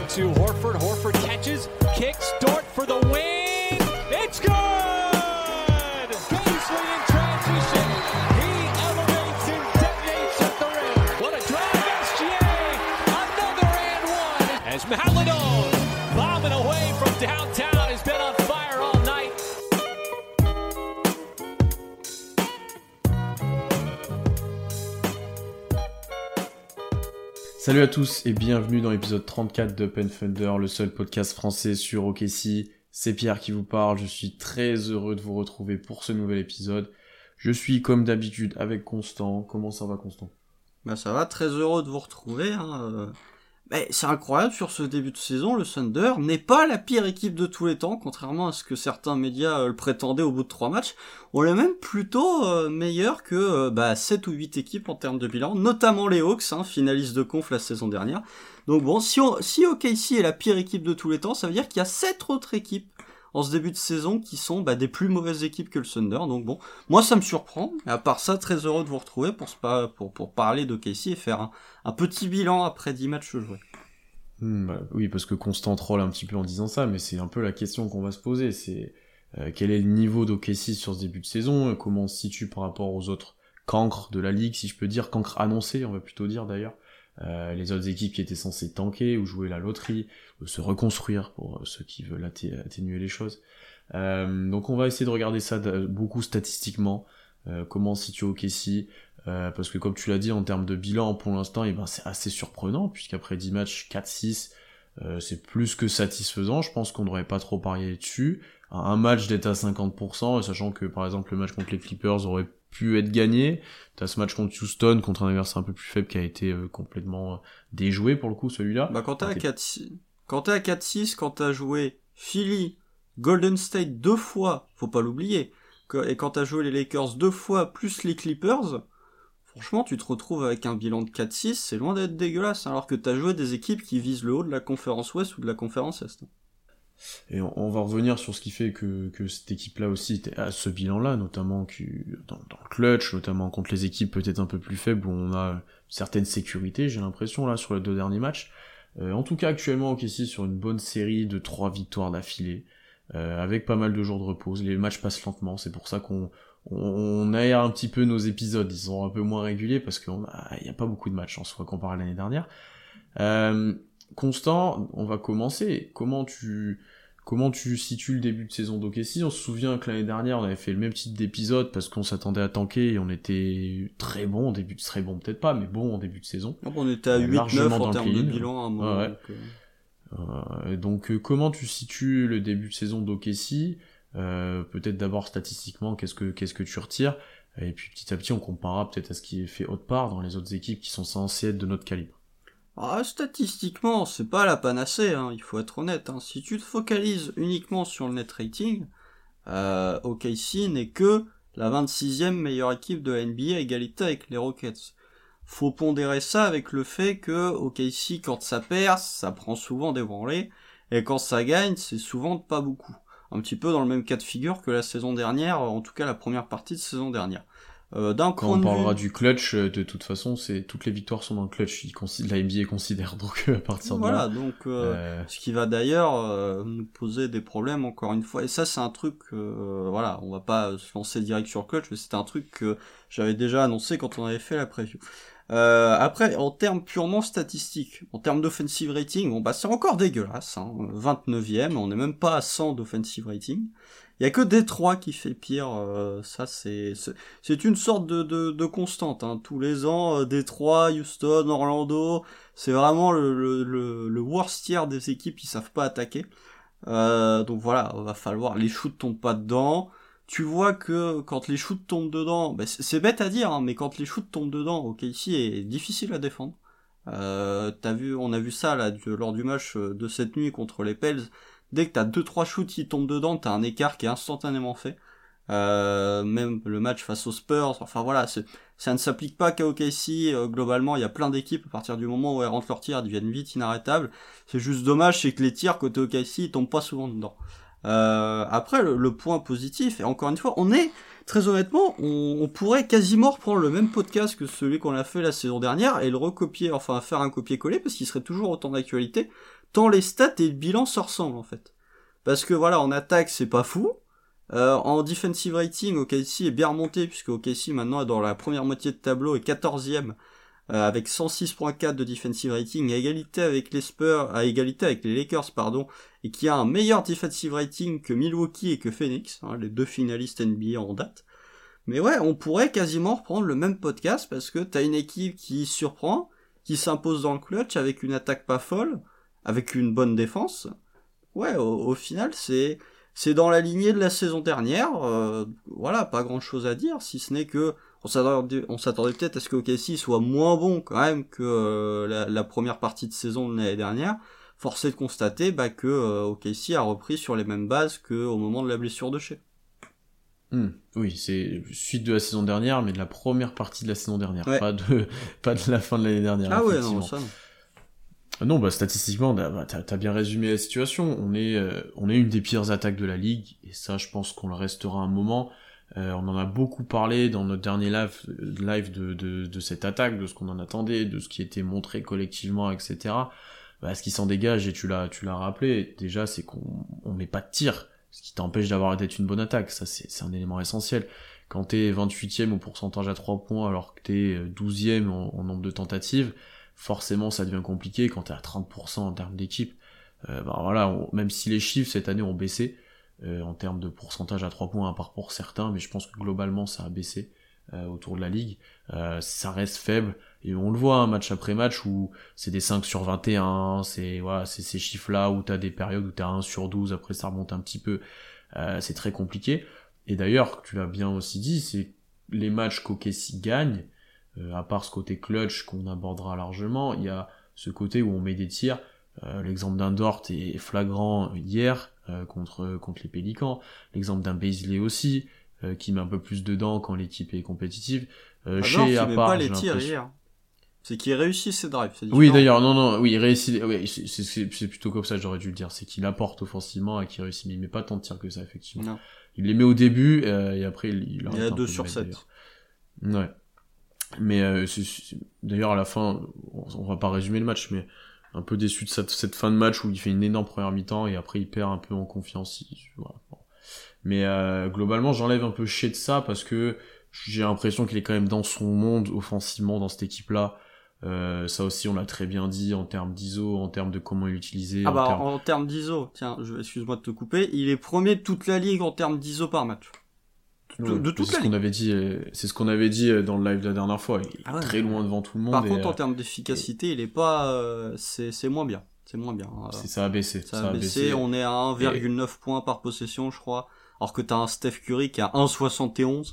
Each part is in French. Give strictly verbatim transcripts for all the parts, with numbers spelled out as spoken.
to Horford. Horford catches, kicks, Dort for the win. It's good! Paisley in transition. He elevates and detonates at the rim. What a drive, S G A! Another and one. As Maladon bombing away from downtown has been on fire all night. Salut à tous et bienvenue dans l'épisode trente-quatre de Open Thunder, le seul podcast français sur O K C. C'est Pierre qui vous parle, je suis très heureux de vous retrouver pour ce nouvel épisode. Je suis comme d'habitude avec Constant. Comment ça va, Constant ? Bah ça va, très heureux de vous retrouver. Hein. Mais c'est incroyable, sur ce début de saison, le Thunder n'est pas la pire équipe de tous les temps, contrairement à ce que certains médias euh, le prétendaient au bout de trois matchs. On est même plutôt euh, meilleur que euh, bah, sept ou huit équipes en termes de bilan, notamment les Hawks, hein, finalistes de conf la saison dernière. Donc bon, si, on, si O K C est la pire équipe de tous les temps, ça veut dire qu'il y a sept autres équipes en ce début de saison qui sont bah, des plus mauvaises équipes que le Thunder. Donc bon, moi ça me surprend, mais à part ça, très heureux de vous retrouver pour, pour, pour parler d'O K C et faire un, un petit bilan après dix matchs joués. Hmm, bah, oui, parce que Constant troll un petit peu en disant ça, mais c'est un peu la question qu'on va se poser, c'est euh, quel est le niveau d'O K C sur ce début de saison, comment on se situe par rapport aux autres cancres de la ligue, si je peux dire, cancres annoncés, on va plutôt dire d'ailleurs, euh, les autres équipes qui étaient censées tanker ou jouer la loterie, ou se reconstruire pour ceux qui veulent atté- atténuer les choses. Euh, donc on va essayer de regarder ça de, beaucoup statistiquement, euh, comment se situe O K C, euh, parce que comme tu l'as dit, en termes de bilan, pour l'instant, eh ben, c'est assez surprenant, puisqu'après dix matchs, quatre six, euh, c'est plus que satisfaisant. Je pense qu'on n'aurait pas trop parié dessus. Un match d'être à cinquante pour cent, sachant que par exemple le match contre les Clippers aurait pu être gagné. T'as ce match contre Houston, contre un adversaire un peu plus faible qui a été euh, complètement euh, déjoué pour le coup, celui-là. Bah quand t'es okay. à quatre six, quand t'es à quatre six, quand t'as joué Philly, Golden State deux fois, faut pas l'oublier, et quand t'as joué les Lakers deux fois plus les Clippers, franchement tu te retrouves avec un bilan de quatre six, c'est loin d'être dégueulasse, alors que t'as joué des équipes qui visent le haut de la conférence Ouest ou de la conférence Est. Et on, on va revenir sur ce qui fait que, que cette équipe-là aussi était à ce bilan-là, notamment que, dans, dans le clutch, notamment contre les équipes peut-être un peu plus faibles où on a une certaine sécurité, j'ai l'impression, là, sur les deux derniers matchs. Euh, en tout cas, actuellement, O K C sur une bonne série de trois victoires d'affilée, euh, avec pas mal de jours de repos. Les matchs passent lentement, c'est pour ça qu'on on, on aère un petit peu nos épisodes, ils sont un peu moins réguliers parce qu'il n'y a pas beaucoup de matchs en soi comparé à l'année dernière. Euh, Constant, on va commencer. Comment tu, comment tu situes le début de saison d'O K C ? On se souvient que l'année dernière, on avait fait le même type d'épisode parce qu'on s'attendait à tanker et on était très bon, au début de très bon peut-être pas, mais bon en début de saison. On était à huit neuf en termes de bilan à un moment. Ouais, ouais. Donc, euh... Euh, donc euh, comment tu situes le début de saison d'O K C ? euh, Peut-être d'abord statistiquement, qu'est-ce que, qu'est-ce que tu retires ? Et puis petit à petit, on comparera peut-être à ce qui est fait autre part dans les autres équipes qui sont censées être de notre calibre. Ah, statistiquement, c'est pas la panacée, hein, il faut être honnête. Hein. Si tu te focalises uniquement sur le net rating, euh, O K C n'est que la vingt-sixième meilleure équipe de la N B A à égalité avec les Rockets. Faut pondérer ça avec le fait que O K C, quand ça perce, ça prend souvent des branlées, et quand ça gagne, c'est souvent pas beaucoup. Un petit peu dans le même cas de figure que la saison dernière, en tout cas la première partie de saison dernière. Euh, d'un Quand on de parlera vue... du clutch, de toute façon, c'est toutes les victoires sont dans le clutch. Ils considèrent, la N B A considère donc à partir de voilà, là. donc euh, euh... ce qui va d'ailleurs euh, nous poser des problèmes encore une fois. Et ça, c'est un truc, euh, voilà, on va pas se lancer direct sur le clutch, mais c'est un truc que j'avais déjà annoncé quand on avait fait la preview. Euh, après, en termes purement statistiques, en termes d'offensive rating, bon bah c'est encore dégueulasse, hein, vingt-neuvième, on n'est même pas à cent d'offensive rating. Il y a que Détroit qui fait pire, euh, ça c'est, c'est c'est une sorte de de, de constante, hein. Tous les ans, euh, Détroit, Houston, Orlando, c'est vraiment le le le, le worst tier des équipes qui savent pas attaquer. Euh, donc voilà, va falloir, les shoots tombent pas dedans. Tu vois que quand les shoots tombent dedans, bah c'est, c'est bête à dire, hein, mais quand les shoots tombent dedans, O K C est difficile à défendre. Euh, t'as vu, on a vu ça là du, lors du match de cette nuit contre les Pels. Dès que t'as deux trois shoots qui tombent dedans, t'as un écart qui est instantanément fait. Euh, même le match face aux Spurs, enfin voilà, c'est, ça ne s'applique pas qu'à O K C. Euh, globalement, il y a plein d'équipes, à partir du moment où elles rentrent leurs tirs, elles deviennent vite inarrêtables. C'est juste dommage, c'est que les tirs côté O K C, ils tombent pas souvent dedans. Euh, après, le, le point positif, et encore une fois, on est, très honnêtement, on, on pourrait quasiment reprendre le même podcast que celui qu'on a fait la saison dernière et le recopier, enfin faire un copier-coller, parce qu'il serait toujours autant d'actualité, tant les stats et le bilan se ressemblent en fait. Parce que voilà, en attaque, c'est pas fou. Euh, en defensive rating, O K C est bien remonté, puisque O K C maintenant est dans la première moitié de tableau et quatorzième, euh, avec cent six virgule quatre de defensive rating, à égalité avec les Spurs, à égalité avec les Lakers, pardon, et qui a un meilleur defensive rating que Milwaukee et que Phoenix, hein, les deux finalistes N B A en date. Mais ouais, on pourrait quasiment reprendre le même podcast, parce que t'as une équipe qui surprend, qui s'impose dans le clutch, avec une attaque pas folle, avec une bonne défense. Ouais, au, au final, c'est... C'est dans la lignée de la saison dernière, euh, voilà, pas grand chose à dire, si ce n'est que on s'attendait, on s'attendait peut-être à ce que O K C soit moins bon quand même que euh, la, la première partie de saison de l'année dernière. Force est de constater bah, que euh, O K C a repris sur les mêmes bases qu'au moment de la blessure de Shai. Mmh, oui, c'est suite de la saison dernière, mais de la première partie de la saison dernière, ouais. pas de pas de la fin de l'année dernière. Ah ouais, non, ça non. Non, bah statistiquement, bah, t'as, t'as bien résumé la situation. On est, euh, on est une des pires attaques de la ligue, et ça, je pense qu'on le restera un moment. Euh, on en a beaucoup parlé dans notre dernier live, live de, de, de cette attaque, de ce qu'on en attendait, de ce qui était montré collectivement, et cetera. Bah, ce qui s'en dégage, et tu l'as, tu l'as rappelé, déjà, c'est qu'on on met pas de tir, ce qui t'empêche d'avoir d'être une bonne attaque. Ça, c'est, c'est un élément essentiel. Quand t'es vingt-huitième au pourcentage à trois points, alors que t'es douzième en, en nombre de tentatives, forcément ça devient compliqué quand t'es à trente pour cent en termes d'équipe. Euh, bah voilà, on, même si les chiffres cette année ont baissé euh, en termes de pourcentage à trois points à part pour certains, mais je pense que globalement ça a baissé euh, autour de la ligue. Euh, ça reste faible et on le voit hein, match après match où c'est des cinq sur vingt et un, c'est voilà, c'est ces chiffres là où t'as des périodes où t'as un sur douze, après ça remonte un petit peu. Euh, c'est très compliqué. Et d'ailleurs, tu l'as bien aussi dit, c'est les matchs qu'O K C gagne. Euh, à part ce côté clutch qu'on abordera largement, il y a ce côté où on met des tirs. Euh, l'exemple d'un Dort est flagrant hier euh, contre contre les Pélicans. L'exemple d'un Bazley aussi, euh, qui met un peu plus dedans quand l'équipe est compétitive. Euh, ah chez non, il à met part, pas les tirs hier. C'est qu'il réussit ses drives. C'est oui, d'ailleurs, non, non, oui, il réussit. Oui, c'est, c'est, c'est plutôt comme ça, j'aurais dû le dire. C'est qu'il apporte offensivement et qu'il réussit, mais il met pas tant de tirs que ça, effectivement. Non. Il les met au début euh, et après il, il, il a deux sur sept. Ouais. Mais euh, c'est, c'est, d'ailleurs à la fin, on, on va pas résumer le match, mais un peu déçu de cette, cette fin de match où il fait une énorme première mi-temps et après il perd un peu en confiance. Il, voilà. Bon. Mais euh, globalement, j'enlève un peu Shai de ça parce que j'ai l'impression qu'il est quand même dans son monde offensivement dans cette équipe-là. Euh, ça aussi, on l'a très bien dit en termes d'I S O, en termes de comment l'utiliser. Ah bah en termes, en termes d'I S O, tiens, je, excuse-moi de te couper, il est premier de toute la ligue en termes d'I S O par match. De, ouais, de toute c'est la ce qu'on avait dit, c'est ce qu'on avait dit dans le live de la dernière fois. Il est ah ouais, très loin devant tout le monde. Par contre, et, en termes d'efficacité, et... il est pas, euh, c'est c'est moins bien, c'est moins bien. Euh, c'est ça a baissé. Ça, ça a baissé. baissé. On est à un virgule neuf et... points par possession, je crois. Alors que t'as un Steph Curry qui a un virgule soixante et onze.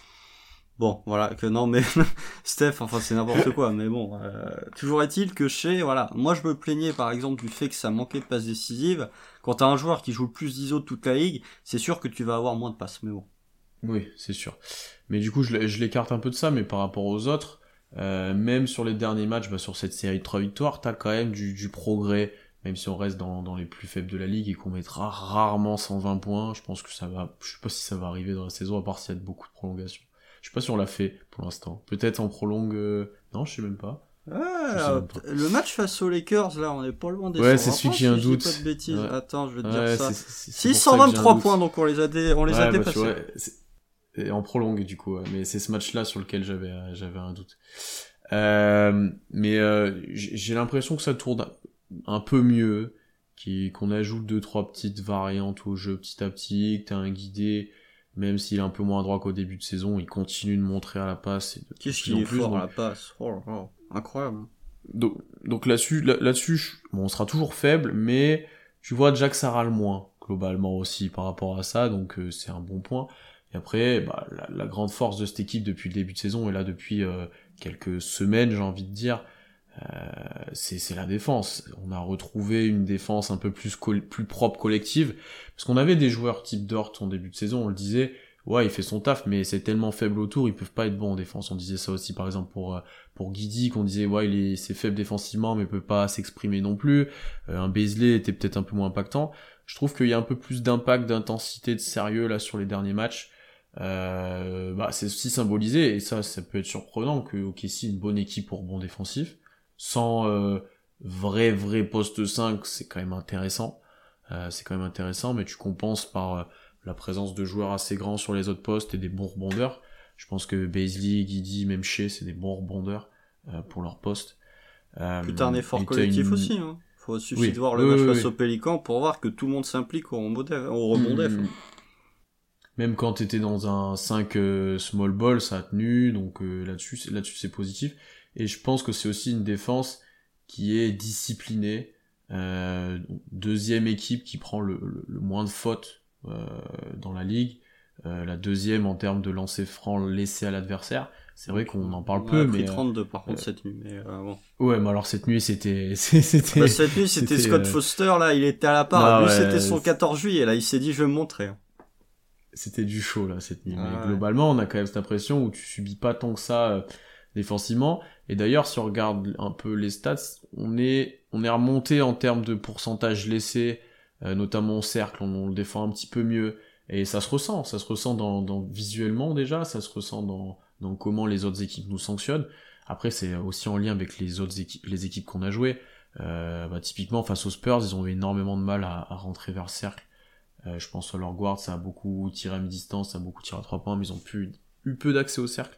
Bon, voilà, que non, mais Steph, enfin c'est n'importe quoi, mais bon, euh, toujours est-il que chez, voilà, moi je me plaignais par exemple du fait que ça manquait de passes décisives. Quand t'as un joueur qui joue le plus d'I S O de toute la ligue, c'est sûr que tu vas avoir moins de passes, mais bon. Oui, c'est sûr. Mais du coup, je, je l'écarte un peu de ça, mais par rapport aux autres, euh, même sur les derniers matchs, bah, sur cette série de trois victoires, t'as quand même du, du progrès, même si on reste dans, dans les plus faibles de la ligue et qu'on mettra rarement cent vingt points. Je pense que ça va, je sais pas si ça va arriver dans la saison, à part s'il y a beaucoup de prolongations. Je sais pas si on l'a fait pour l'instant. Peut-être en prolongue. Euh... Non, je sais même pas. Ouais, euh, même pas. Le match face aux Lakers, là, on est pas loin des ouais, c'est celui qui a un si doute. Pas de bêtises. Ouais. Attends, je vais te ouais, dire ça. C'est, c'est, c'est si cent vingt-trois points, donc on les a, dé... on les ouais, a bah, dépassés. Vois, et en prolongue, du coup. Ouais. Mais c'est ce match-là sur lequel j'avais, j'avais un doute. Euh, mais euh, j'ai l'impression que ça tourne un peu mieux, qu'on ajoute deux trois petites variantes au jeu petit à petit, que t'as un guidé. Même s'il est un peu moins droit qu'au début de saison, il continue de montrer à la passe. Et de Qu'est-ce qu'il est plus, fort donc... à la passe, oh, oh, incroyable. Donc, donc là-dessus, là, là-dessus, bon, on sera toujours faible, mais tu vois déjà que ça râle moins, globalement aussi, par rapport à ça, donc euh, c'est un bon point. Et après, bah, la, la grande force de cette équipe depuis le début de saison, et là depuis euh, quelques semaines, j'ai envie de dire, euh, c'est, c'est la défense. On a retrouvé une défense un peu plus, co- plus propre collective, parce qu'on avait des joueurs type Dort en début de saison, on le disait, ouais, il fait son taf, mais c'est tellement faible autour, ils peuvent pas être bons en défense. On disait ça aussi, par exemple, pour pour Giddey, qu'on disait, ouais, il est, c'est faible défensivement, mais peut pas s'exprimer non plus. Euh, un Bazley était peut-être un peu moins impactant. je trouve qu'il y a un peu plus d'impact, d'intensité, de sérieux là sur les derniers matchs. Euh, bah, c'est aussi symbolisé, et ça, ça peut être surprenant que O K C, une bonne équipe au rebond défensif, sans euh, vrai vrai poste cinq, c'est quand même intéressant. Euh, c'est quand même intéressant, mais tu compenses par euh, la présence de joueurs assez grands sur les autres postes et des bons rebondeurs. Je pense que Bazley, Giddey, même Shea, c'est des bons rebondeurs euh, pour leur poste. Euh, Putain, un effort collectif une... aussi. Hein. Faut suffit oui. de voir le oui, match oui, face oui. au Pélican pour voir que tout le monde s'implique au rebond def. Au rebond def. Mmh. Même quand t'étais dans un cinq euh, small ball, ça a tenu, donc euh, là-dessus, c'est, là-dessus c'est positif. Et je pense que c'est aussi une défense qui est disciplinée. Euh, deuxième équipe qui prend le, le, le moins de fautes euh, dans la ligue. Euh, la deuxième en termes de lancers francs laissés à l'adversaire. C'est vrai qu'on en parle on peu, a pris mais trente-deux euh, par contre euh, cette nuit. Mais euh, bon. Ouais, mais alors cette nuit c'était, c'était. Bah, cette nuit c'était, c'était Scott euh... Foster là, il était à la part. Non, Lui ouais, c'était son quatorze juillet là, il s'est dit je vais me montrer. C'était du show là cette nuit. Ah, mais ouais. globalement, on a quand même cette impression où tu subis pas tant que ça euh, défensivement. Et d'ailleurs, si on regarde un peu les stats, on est on est remonté en termes de pourcentage laissé, euh, notamment au cercle, on, on le défend un petit peu mieux. Et ça se ressent, ça se ressent dans, dans visuellement déjà, ça se ressent dans dans comment les autres équipes nous sanctionnent. Après, c'est aussi en lien avec les autres équipes, les équipes qu'on a jouées. Euh, bah, typiquement face aux Spurs, ils ont eu énormément de mal à, à rentrer vers le cercle. Euh, je pense à leur guard, ça a beaucoup tiré à mi-distance, ça a beaucoup tiré à trois points, mais ils ont pu, eu peu d'accès au cercle.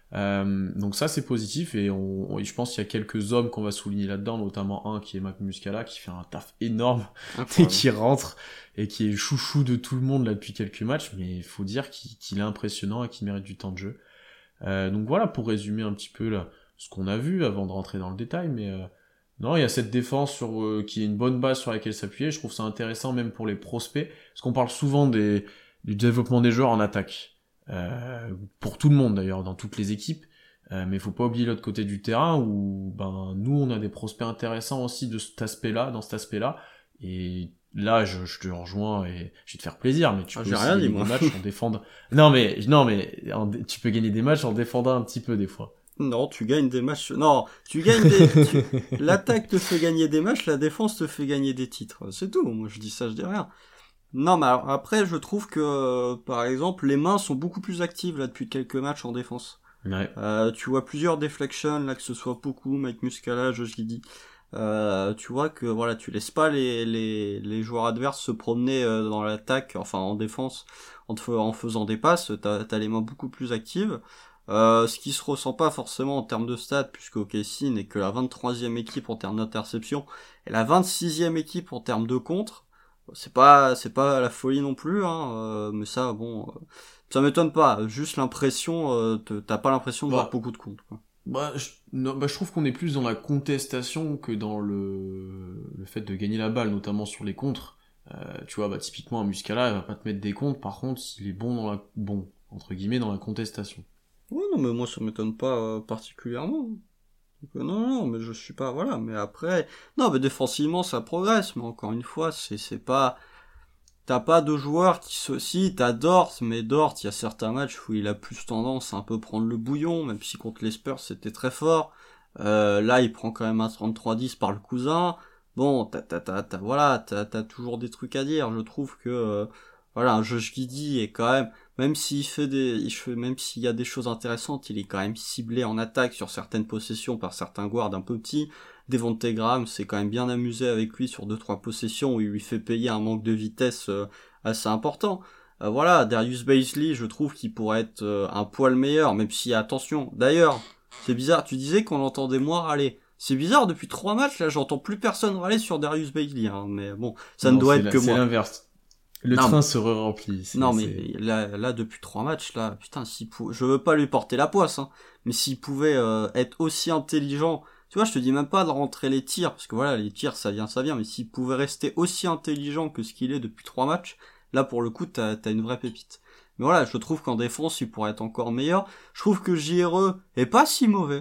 Euh, donc ça c'est positif, et on, on, je pense qu'il y a quelques hommes qu'on va souligner là-dedans, notamment un qui est Mac Muscala, qui fait un taf énorme, et qui rentre, et qui est chouchou de tout le monde là depuis quelques matchs, mais il faut dire qu'il, qu'il est impressionnant et qu'il mérite du temps de jeu. Euh, donc voilà, pour résumer un petit peu là, ce qu'on a vu, avant de rentrer dans le détail, mais... Euh, non, il y a cette défense sur, euh, qui est une bonne base sur laquelle s'appuyer. Je trouve ça intéressant même pour les prospects, parce qu'on parle souvent des, du développement des joueurs en attaque. Euh, pour tout le monde d'ailleurs, dans toutes les équipes. Euh, mais il faut pas oublier l'autre côté du terrain où ben nous on a des prospects intéressants aussi de cet aspect-là, dans cet aspect-là. Et là, je, je te rejoins et je vais te faire plaisir, mais tu ah, peux j'ai aussi rien gagner dit, moi. des matchs en défendant. Non mais non mais en, tu peux gagner des matchs en défendant un petit peu des fois. Non, tu gagnes des matchs. Non, tu gagnes des. tu... L'attaque te fait gagner des matchs, la défense te fait gagner des titres. C'est tout. Moi, je dis ça, je dis rien. Non, mais alors, après, je trouve que, euh, par exemple, les mains sont beaucoup plus actives là depuis quelques matchs en défense. Ouais. Euh, tu vois plusieurs deflections là, que ce soit Poku, Mike Muscala, Josh Giddey. Euh, tu vois que voilà, tu laisses pas les les les joueurs adverses se promener euh, dans l'attaque, enfin en défense, en te, en faisant des passes. T'as t'as les mains beaucoup plus actives. Euh, ce qui se ressent pas forcément en termes de stats, puisque O K C n'est que la vingt-troisième équipe en termes d'interception et la vingt-sixième équipe en termes de contre. C'est pas, c'est pas la folie non plus, hein, euh, mais ça, bon, euh, ça m'étonne pas. Juste l'impression, euh, t'as pas l'impression de bah, voir beaucoup de contre, quoi. Bah je, non, bah, je trouve qu'on est plus dans la contestation que dans le, le fait de gagner la balle, notamment sur les contres. Euh, tu vois, bah typiquement un Muscala, il va pas te mettre des contres. Par contre, s'il est bon dans la, bon entre guillemets dans la contestation. Ouais, non, mais moi ça m'étonne pas euh, particulièrement. Donc, euh, non, non, mais je suis pas, voilà. Mais après, non, mais défensivement ça progresse. Mais encore une fois, c'est c'est pas, t'as pas de joueur qui se, si t'as Dort, mais Dort, il y a certains matchs où il a plus tendance à un peu prendre le bouillon, même si contre les Spurs c'était très fort. Euh, là, il prend quand même un trente-trois dix par le cousin. Bon, t'as, t'as, t'as, t'as voilà, t'as, t'as toujours des trucs à dire. Je trouve que, euh, voilà, un Josh Giddey est quand même, même s'il fait des, il fait, même s'il y a des choses intéressantes, il est quand même ciblé en attaque sur certaines possessions par certains guards un peu petits. Devonte Graham s'est quand même bien amusé avec lui sur deux trois possessions où il lui fait payer un manque de vitesse euh, assez important. Euh, voilà, Darius Bazley, je trouve qu'il pourrait être euh, un poil meilleur, même si attention. D'ailleurs, c'est bizarre, tu disais qu'on l'entendait moins râler. C'est bizarre, depuis trois matchs, là, j'entends plus personne râler sur Darius Bazley, hein, mais bon, ça non, ne doit être la, que c'est moi. C'est l'inverse. Le non, train se re-remplit. C'est, non, mais c'est... là, là, depuis trois matchs, là, putain, s'il pou... je veux pas lui porter la poisse, hein, mais s'il pouvait euh, être aussi intelligent, tu vois, je te dis même pas de rentrer les tirs, parce que voilà, les tirs, ça vient, ça vient, mais s'il pouvait rester aussi intelligent que ce qu'il est depuis trois matchs, là, pour le coup, t'as, t'as une vraie pépite. Mais voilà, je trouve qu'en défense, il pourrait être encore meilleur. Je trouve que J R E est pas si mauvais.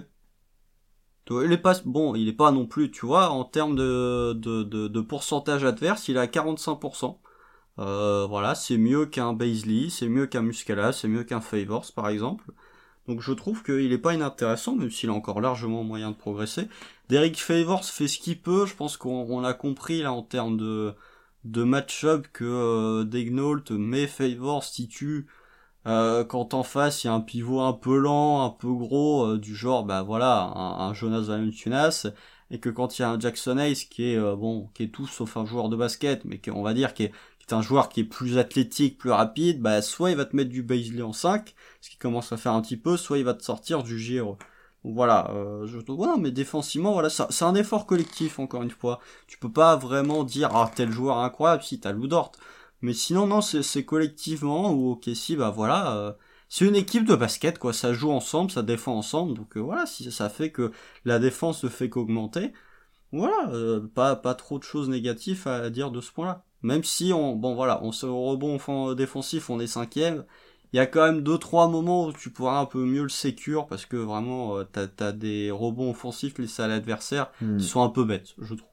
Il est pas, bon, il est pas non plus, tu vois, en termes de, de, de, de pourcentage adverse, il est à quarante-cinq pour cent. Euh, voilà, c'est mieux qu'un Bazley, c'est mieux qu'un Muscala, c'est mieux qu'un Favors, par exemple. Donc je trouve qu'il est pas inintéressant, même s'il a encore largement moyen de progresser. Derrick Favors fait ce qu'il peut, je pense qu'on on a compris là en termes de de match-up que euh, Daigneault te met Favors si tu euh, quand en face il y a un pivot un peu lent, un peu gros, euh, du genre bah voilà un, un Jonas Valanciunas, et que quand il y a un Jackson Hayes qui est euh, bon qui est tout sauf un joueur de basket, mais qui on va dire qui est, qui est un joueur qui est plus athlétique, plus rapide, bah soit il va te mettre du Bazley en cinq, ce qui commence à faire un petit peu, soit il va te sortir du J R E. Donc voilà, euh, je trouve voilà, mais défensivement voilà, ça, c'est un effort collectif encore une fois. Tu peux pas vraiment dire ah tel joueur incroyable, si t'as Lou Dort. Mais sinon, non, c'est, c'est collectivement, ou ok, si, bah voilà, euh, c'est une équipe de basket, quoi, ça joue ensemble, ça défend ensemble, donc euh, voilà, si ça fait que la défense ne fait qu'augmenter, voilà, euh, pas, pas trop de choses négatives à dire de ce point-là. Même si, on, bon voilà, on se rebond en défensif, on est cinquième, il y a quand même deux trois moments où tu pourras un peu mieux le sécure, parce que vraiment, euh, t'as, t'as des rebonds offensifs laissés à l'adversaire, mmh. qui sont un peu bêtes, je trouve.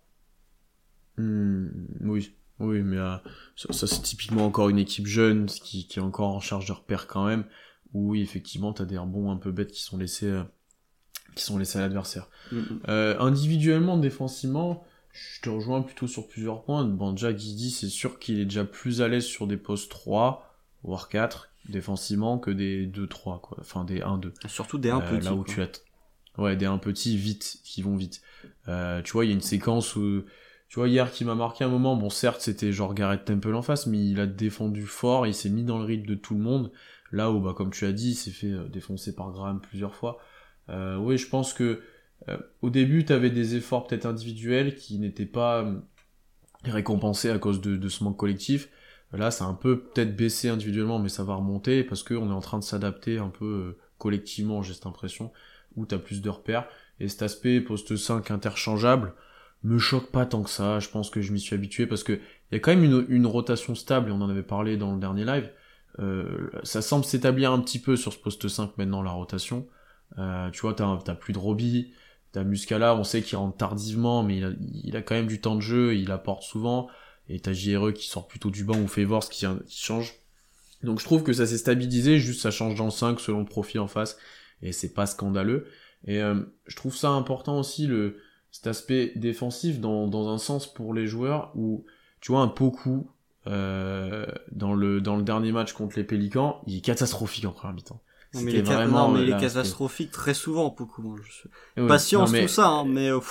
Mmh, oui. Oui, mais euh, ça, ça c'est typiquement encore une équipe jeune qui, qui est encore en charge de repères quand même, où oui, effectivement t'as des rebonds un peu bêtes qui sont laissés euh, qui sont laissés à l'adversaire. Mm-hmm. Euh, individuellement, défensivement, je te rejoins plutôt sur plusieurs points. Bon, déjà Giddey, c'est sûr qu'il est déjà plus à l'aise sur des postes trois voire quatre défensivement que des deux trois quoi, enfin des un deux. Surtout des un euh, petits. Là où quoi. tu as t... ouais, des un petits vite qui vont vite. Euh, tu vois, il y a une séquence où tu vois, hier, qui m'a marqué un moment, bon, certes, c'était genre Garrett Temple en face, mais il a défendu fort, il s'est mis dans le rythme de tout le monde, là où, bah, comme tu as dit, il s'est fait euh, défoncer par Graham plusieurs fois. Euh, oui, je pense que, euh, au début, t'avais des efforts peut-être individuels qui n'étaient pas euh, récompensés à cause de, de ce manque collectif. Là, ça a un peu peut-être baissé individuellement, mais ça va remonter, parce qu'on est en train de s'adapter un peu euh, collectivement, j'ai cette impression, où t'as plus de repères, et cet aspect poste cinq interchangeable, me choque pas tant que ça, je pense que je m'y suis habitué parce que il y a quand même une, une rotation stable, et on en avait parlé dans le dernier live, euh, ça semble s'établir un petit peu sur ce poste cinq maintenant, la rotation. Euh, tu vois, t'as, t'as plus de Robbie, t'as Muscala, on sait qu'il rentre tardivement, mais il a, il a quand même du temps de jeu, il apporte souvent, et t'as J R E qui sort plutôt du banc ou Favors qui, qui change. Donc je trouve que ça s'est stabilisé, juste ça change dans le cinq selon le profil en face, et c'est pas scandaleux. Et euh, je trouve ça important aussi, le cet aspect défensif dans, dans un sens pour les joueurs où, tu vois, un Poku, euh, dans le, dans le dernier match contre les Pélicans, il est catastrophique en première mi-temps. Non, mais, il est, vraiment, non, mais il est catastrophique c'était... très souvent, Poku. Je suis... oui, Patience, non, mais... tout ça, hein, mais... Oh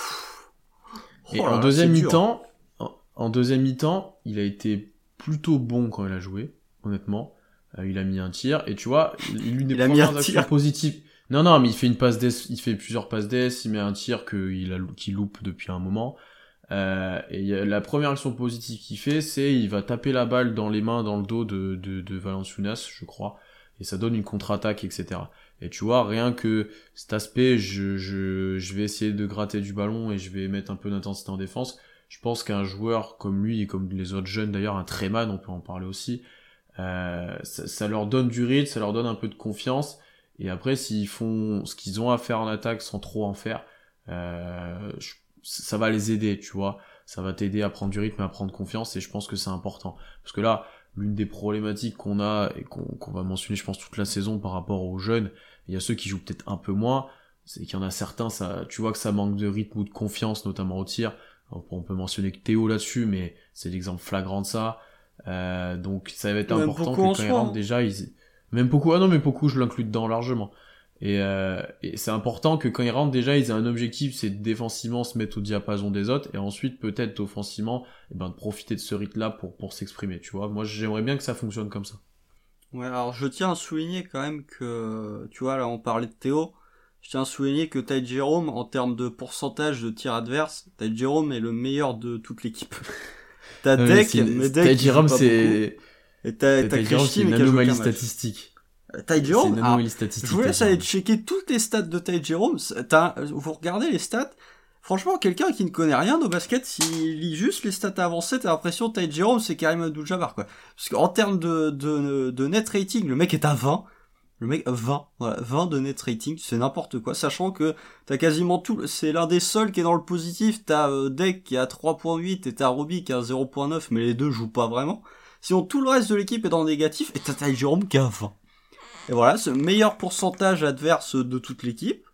et en là, deuxième mi-temps, en, en deuxième mi-temps, il a été plutôt bon quand il a joué, honnêtement. Euh, il a mis un tir, et tu vois, l'une des il premières actions positives... Non, non, mais il fait une passe D S, il fait plusieurs passes D S, il met un tir qu'il a, qu'il loupe depuis un moment. Euh, et y a, la première action positive qu'il fait, c'est il va taper la balle dans les mains, dans le dos de, de, de Valanciunas, je crois, et ça donne une contre-attaque, et cetera. Et tu vois, rien que cet aspect, je, je, je vais essayer de gratter du ballon et je vais mettre un peu d'intensité en défense. Je pense qu'un joueur comme lui et comme les autres jeunes d'ailleurs, un Treman, on peut en parler aussi, euh, ça, ça leur donne du rythme, ça leur donne un peu de confiance. Et après, s'ils font ce qu'ils ont à faire en attaque sans trop en faire, euh, je, ça va les aider, tu vois. Ça va t'aider à prendre du rythme et à prendre confiance, et je pense que c'est important. Parce que là, l'une des problématiques qu'on a, et qu'on, qu'on va mentionner, je pense, toute la saison par rapport aux jeunes, il y a ceux qui jouent peut-être un peu moins, c'est qu'il y en a certains, ça, tu vois que ça manque de rythme ou de confiance, notamment au tir. On peut mentionner que Théo là-dessus, mais c'est l'exemple flagrant de ça. Euh, donc ça va être Même important que quand ils rentrent, déjà, ils... Même beaucoup, ah non mais beaucoup je l'inclus dedans largement. Et, euh, et c'est important que quand ils rentrent déjà ils aient un objectif, c'est de défensivement se mettre au diapason des autres, et ensuite peut-être offensivement, et ben de profiter de ce rythme-là pour pour s'exprimer. Tu vois, moi j'aimerais bien que ça fonctionne comme ça. Ouais, alors je tiens à souligner quand même que, tu vois là on parlait de Théo, je tiens à souligner que Ty Jerome en termes de pourcentage de tir adverse, Ty Jerome est le meilleur de toute l'équipe. T'as non, Deck, mais, mais Deck Ty Jerome c'est beaucoup. Et t'as, t'as Christy, c'est une anomalie statistique. Ty Jerome, c'est une anomalie statistique. Je vous laisse aller checker toutes les stats de Ty Jerome. T'as, vous regardez les stats. Franchement, quelqu'un qui ne connaît rien au basket, s'il lit juste les stats avancées, t'as l'impression que Ty Jerome, c'est Karim Abdul-Jabbar, quoi. Parce qu'en termes de, de, de net rating, le mec est à vingt. Le mec, vingt. Voilà, vingt de net rating. C'est n'importe quoi. Sachant que t'as quasiment tout, c'est l'un des seuls qui est dans le positif. T'as euh, Deck qui a trois virgule huit et t'as Robbie qui a zéro virgule neuf, mais les deux jouent pas vraiment. Sinon, tout le reste de l'équipe est dans le négatif, et t'as Ty Jerome qui a vingt. Et voilà, c'est le meilleur pourcentage adverse de toute l'équipe.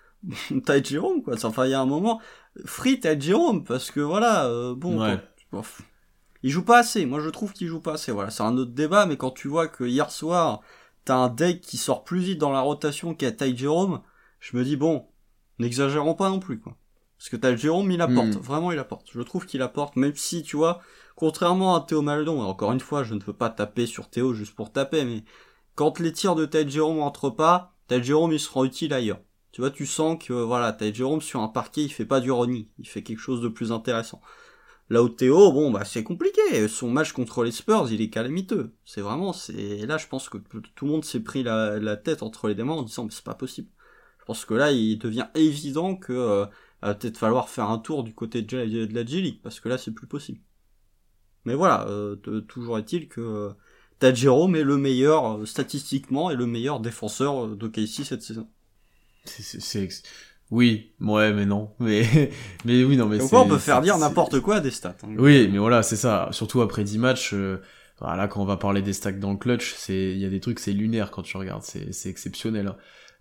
Ty Jerome, quoi. Enfin, il y a un moment, free Ty Jerome, parce que voilà, euh, bon, ouais. Quand... Il joue pas assez, moi je trouve qu'il joue pas assez, voilà, c'est un autre débat, mais quand tu vois que hier soir, t'as un deck qui sort plus vite dans la rotation qu'à Ty Jerome, je me dis bon, n'exagérons pas non plus, quoi. Parce que Ty Jerome, il apporte, mmh. vraiment il apporte, je trouve qu'il apporte, même si, tu vois, contrairement à Théo Maledon, et encore une fois, je ne veux pas taper sur Théo juste pour taper, mais quand les tirs de Ty Jerome entrent pas, Ty Jerome il se rend utile ailleurs. Tu vois, tu sens que, voilà, Ty Jerome sur un parquet, il fait pas du running, il fait quelque chose de plus intéressant. Là où Théo, bon, bah, c'est compliqué. Son match contre les Spurs, il est calamiteux. C'est vraiment, c'est, là, je pense que tout le monde s'est pris la, la tête entre les deux mains en disant, mais c'est pas possible. Je pense que là, il devient évident que, euh, va peut-être falloir faire un tour du côté de, de la G-League, parce que là, c'est plus possible. Mais voilà, euh, de, toujours est-il que, euh, Ty Jerome est le meilleur, euh, statistiquement, et le meilleur défenseur euh, d'O K C cette saison. C'est, c'est, c'est... Oui, ouais, mais non, mais mais oui, non, mais donc c'est. on peut faire c'est, dire c'est... n'importe quoi à des stats. Hein. Oui, mais voilà, c'est ça. Surtout après dix matchs, euh, voilà, quand on va parler des stacks dans le clutch, c'est, il y a des trucs, c'est lunaire quand tu regardes, c'est, c'est exceptionnel. Hein.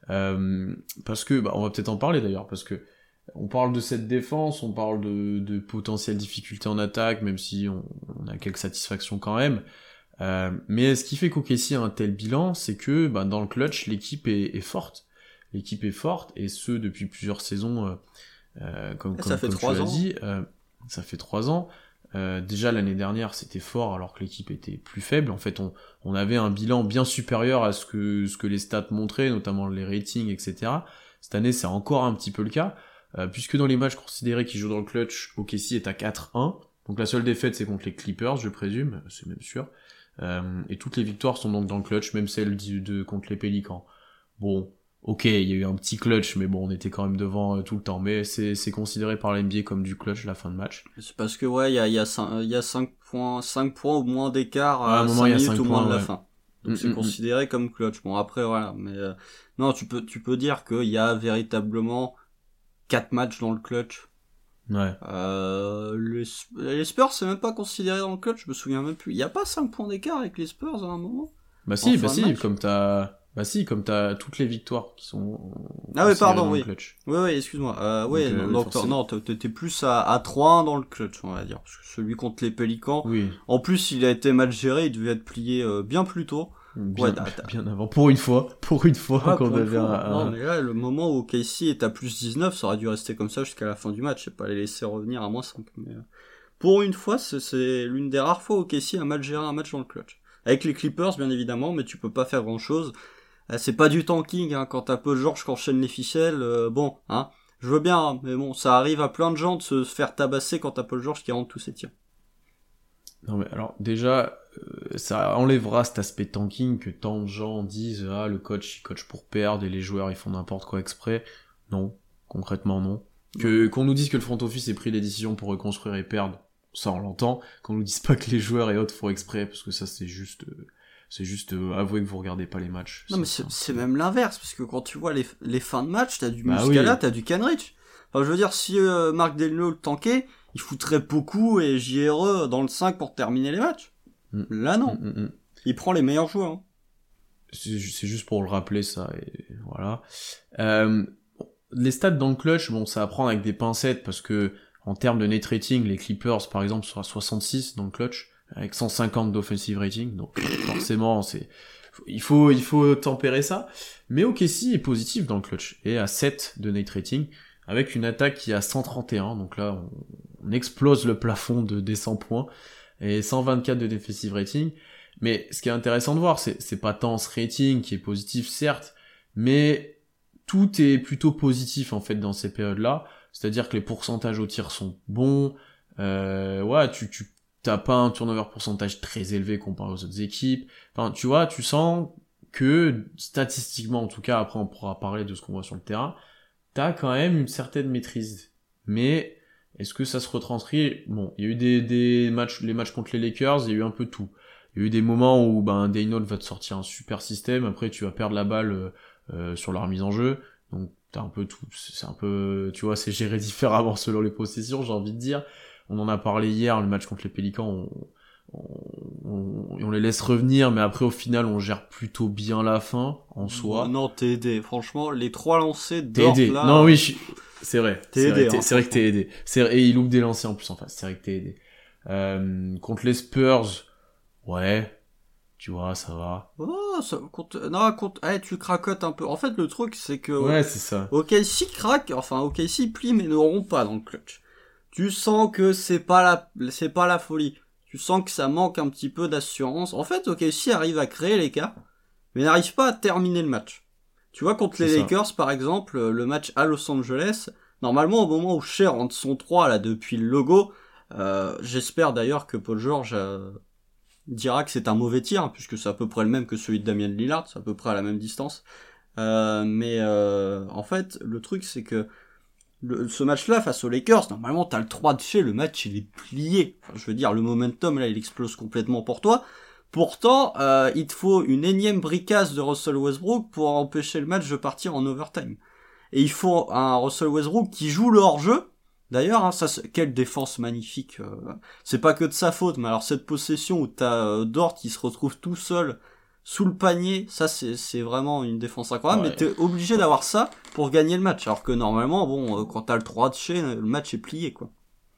Euh, parce que, bah, on va peut-être en parler d'ailleurs, parce que on parle de cette défense, on parle de, de potentielles difficultés en attaque, même si on, on a quelques satisfactions quand même. Euh, mais ce qui fait qu'O K C a un tel bilan, c'est que, bah, dans le clutch, l'équipe est, est forte. L'équipe est forte, et ce, depuis plusieurs saisons, euh, euh, comme, comme, ça fait comme trois tu l'as ans. dit, euh, ça fait trois ans. Euh, déjà, l'année dernière, c'était fort, alors que l'équipe était plus faible. En fait, on, on avait un bilan bien supérieur à ce que, ce que les stats montraient, notamment les ratings, et cetera. Cette année, c'est encore un petit peu le cas, euh, puisque dans les matchs considérés qui jouent dans le clutch, O K C est à quatre un. Donc la seule défaite, c'est contre les Clippers, je présume, c'est même sûr. Euh, et toutes les victoires sont donc dans le clutch, même celles de, de contre les Pélicans. Bon... Ok, il y a eu un petit clutch, mais bon, on était quand même devant euh, tout le temps. Mais c'est, c'est considéré par l'N B A comme du clutch la fin de match. C'est parce que ouais, il y a, y a cinq, y a cinq points, cinq points ou moins d'écart à à un moment, cinq minutes au moins points, de la ouais. fin. Donc mmh, c'est mmh, considéré mmh. comme clutch. Bon après voilà, mais euh, non, tu peux tu peux dire qu'il y a véritablement quatre matchs dans le clutch. Ouais. Euh, les, les Spurs c'est même pas considéré dans le clutch, je me souviens même plus. Il y a pas cinq points d'écart avec les Spurs à un moment. Bah si, bah si, comme t'as Bah si, comme t'as toutes les victoires qui sont ah oui pardon oui clutch. oui oui excuse-moi euh, oui donc, euh, donc, donc non t'étais plus à, à trois un dans le clutch on va dire parce que celui contre les Pélicans oui. En plus il a été mal géré, il devait être plié euh, bien plus tôt bien, ouais, bien avant pour une fois pour une fois ah, qu'on avait fois. un... non mais là le moment où O K C est à plus dix-neuf ça aurait dû rester comme ça jusqu'à la fin du match et pas les laisser revenir à moins cinq mais euh, pour une fois c'est, c'est l'une des rares fois où O K C a mal géré un match dans le clutch avec les Clippers bien évidemment mais tu peux pas faire grand chose. C'est pas du tanking, hein, quand t'as Paul George qui enchaîne les ficelles, euh, bon, hein, je veux bien, hein, mais bon, ça arrive à plein de gens de se faire tabasser quand t'as Paul George qui rentre tous ses tirs. Non mais alors, déjà, euh, ça enlèvera cet aspect tanking que tant de gens disent, ah, le coach, il coach pour perdre et les joueurs, ils font n'importe quoi exprès. Non, concrètement non. Que, qu'on nous dise que le front office ait pris les décisions pour reconstruire et perdre, ça on l'entend. Qu'on nous dise pas que les joueurs et autres font exprès, parce que ça c'est juste... Euh... C'est juste euh, avouer que vous regardez pas les matchs. Non, mais c'est, c'est même l'inverse, parce que quand tu vois les, les fins de match, t'as du bah Muscala, oui. t'as du Kenrich. Enfin, je veux dire, si euh, Mark Delino le tankait, il foutrait beaucoup et J R E dans le cinq pour terminer les matchs. Mm. Là, non. Mm, mm. Il prend les meilleurs joueurs. Hein. C'est, c'est juste pour le rappeler, ça, et voilà. Euh, les stats dans le clutch, bon, ça va prendre avec des pincettes, parce que, en termes de net rating, les Clippers, par exemple, sont à soixante-six dans le clutch, avec cent cinquante d'offensive rating, donc forcément c'est il faut il faut tempérer ça, mais O K C est positif dans le clutch et à sept de net rating avec une attaque qui est à cent trente et un, donc là on, on explose le plafond de des cent points et cent vingt-quatre de defensive rating. Mais ce qui est intéressant de voir, c'est c'est pas tant ce rating qui est positif certes, mais tout est plutôt positif en fait dans ces périodes-là, c'est-à-dire que les pourcentages au tir sont bons, euh, ouais tu tu t'as pas un turnover pourcentage très élevé comparé aux autres équipes. Enfin, tu vois, tu sens que, statistiquement, en tout cas, après on pourra parler de ce qu'on voit sur le terrain, t'as quand même une certaine maîtrise. Mais, est-ce que ça se retranscrit? Bon, il y a eu des, des matchs, les matchs contre les Lakers, il y a eu un peu tout. Il y a eu des moments où, ben, Daynold va te sortir un super système, après tu vas perdre la balle, euh, sur la remise en jeu. Donc, t'as un peu tout. C'est un peu, tu vois, c'est géré différemment selon les possessions, j'ai envie de dire. On en a parlé hier, le match contre les Pélicans, on, on, on, on les laisse revenir, mais après au final on gère plutôt bien la fin en soi. Non, t'es aidé, franchement, les trois lancers d'or là. Non oui, je... c'est vrai. T'es c'est aidé. Vrai, hein, c'est vrai que t'es aidé. C'est... Et il loupe des lancers en plus en face, c'est vrai que t'es aidé. Euh, contre les Spurs, ouais, tu vois, ça va. Oh, ça, contre, non, contre, eh, tu cracotes un peu. En fait, le truc, c'est que, Ouais, c'est ça. O K C craque, enfin, O K C plie, mais ne rompt pas dans le clutch. Tu sens que c'est pas la, c'est pas la folie. Tu sens que ça manque un petit peu d'assurance. En fait, O K C arrive à créer l'écart, mais n'arrive pas à terminer le match. Tu vois, contre les Lakers, par exemple, le match à Los Angeles, normalement, au moment où Shea rentre son trois, là, depuis le logo, euh, j'espère d'ailleurs que Paul George euh, dira que c'est un mauvais tir, hein, puisque c'est à peu près le même que celui de Damian Lillard, c'est à peu près à la même distance. Euh, mais euh, en fait, le truc, c'est que le, ce match-là, face aux Lakers, normalement, t'as le trois de Shea, le match, il est plié. Enfin, je veux dire, le momentum, là, il explose complètement pour toi. Pourtant, euh, il te faut une énième bricasse de Russell Westbrook pour empêcher le match de partir en overtime. Et il faut un Russell Westbrook qui joue le hors-jeu. D'ailleurs, hein, ça, quelle défense magnifique. Euh, c'est pas que de sa faute, mais alors cette possession où t'as euh, Dort qui se retrouve tout seul sous le panier, ça c'est, c'est vraiment une défense incroyable. Ouais. Mais t'es obligé d'avoir ça pour gagner le match. Alors que normalement, bon, euh, quand t'as le trois de Shea, le match est plié, quoi.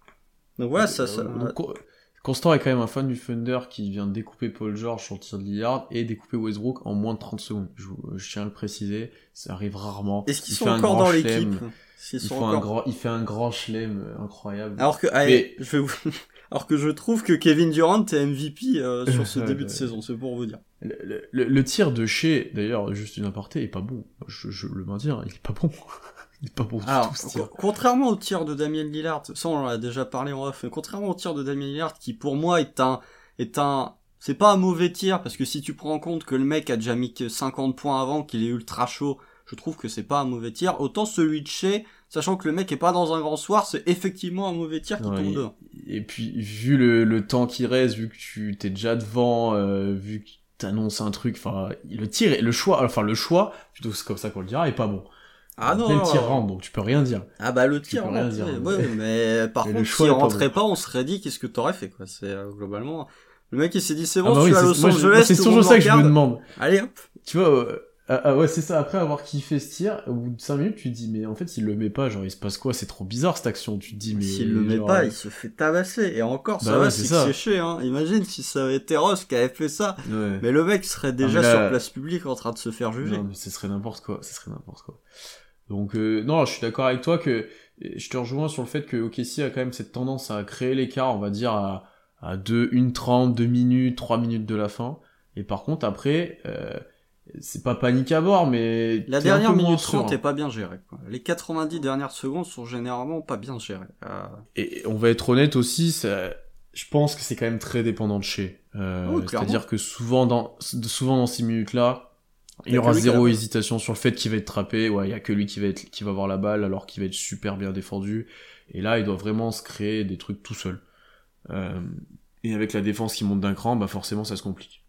Donc voilà, ça... ça donc, Constant est quand même un fan du Thunder qui vient de découper Paul George sur le tir de Lillard et découper Westbrook en moins de trente secondes. Je, je tiens à le préciser, ça arrive rarement. Est-ce qu'ils il sont encore dans l'équipe? Il, sont encore... un grand, il fait un grand chelem incroyable. Alors que, allez, Mais... je vais vous... Alors que je trouve que Kevin Durant est M V P euh, sur ce début de saison, c'est pour vous dire. Le, le, le tir de Shea, d'ailleurs, juste une aparté, est pas bon. Je, je le maintiens, il est pas bon. Il est pas bon Alors, du tout, ce tir. Contrairement au tir de Damian Lillard, ça on en a déjà parlé en off, mais contrairement au tir de Damian Lillard, qui pour moi est un, est un, c'est pas un mauvais tir, parce que si tu prends en compte que le mec a déjà mis que cinquante points avant, qu'il est ultra chaud, je trouve que c'est pas un mauvais tir. Autant celui de Shea, sachant que le mec est pas dans un grand soir, c'est effectivement un mauvais tir qui ouais, tombe dedans. Et puis, vu le, le temps qui reste, vu que tu t'es déjà devant, euh, vu que t'annonces un truc, enfin, le tir, le choix, enfin, le choix, plutôt c'est comme ça qu'on le dira, est pas bon. Ah non, le tir rentre, donc tu peux rien dire. Ah bah le tir rentre, dire, ouais, mais... mais par mais contre, s'il rentrait pas, bon. pas, on serait dit qu'est-ce que t'aurais fait, quoi. C'est euh, globalement... Le mec, il s'est dit, c'est bon, ah bah je suis oui, à Los Angeles, moi, c'est toujours ça que je me demande. Allez, hop. Tu vois, euh, ah, ah ouais, c'est ça, après avoir kiffé ce tir, au bout de cinq minutes, tu te dis, mais en fait, s'il le met pas, genre, il se passe quoi? C'est trop bizarre, cette action. Tu te dis, mais... S'il le met genre... pas, il se fait tabasser. Et encore, ça bah va, ouais, c'est, c'est séché, hein. Imagine si ça avait été Ross qui avait fait ça. Ouais. Mais le mec serait déjà ah, là... sur place publique en train de se faire juger. Non, mais ce serait n'importe quoi, ce serait n'importe quoi. Donc euh, non, je suis d'accord avec toi que je te rejoins sur le fait que O K C a quand même cette tendance à créer l'écart, on va dire à à deux, une trente, deux minutes, trois minutes de la fin. Et par contre après, euh, c'est pas panique à bord, mais la dernière minute trente est pas bien gérée, quoi. Les quatre-vingt-dix dernières secondes sont généralement pas bien gérées. Euh... Et on va être honnête aussi, ça, je pense que c'est quand même très dépendant de Shea. Euh, oh, c'est-à-dire que souvent dans souvent dans ces minutes-là. Il y aura zéro hésitation sur le fait qu'il va être trappé. Ouais, il y a que lui qui va être, qui va avoir la balle alors qu'il va être super bien défendu. Et là, il doit vraiment se créer des trucs tout seul. Euh, et avec la défense qui monte d'un cran, bah forcément, ça se complique.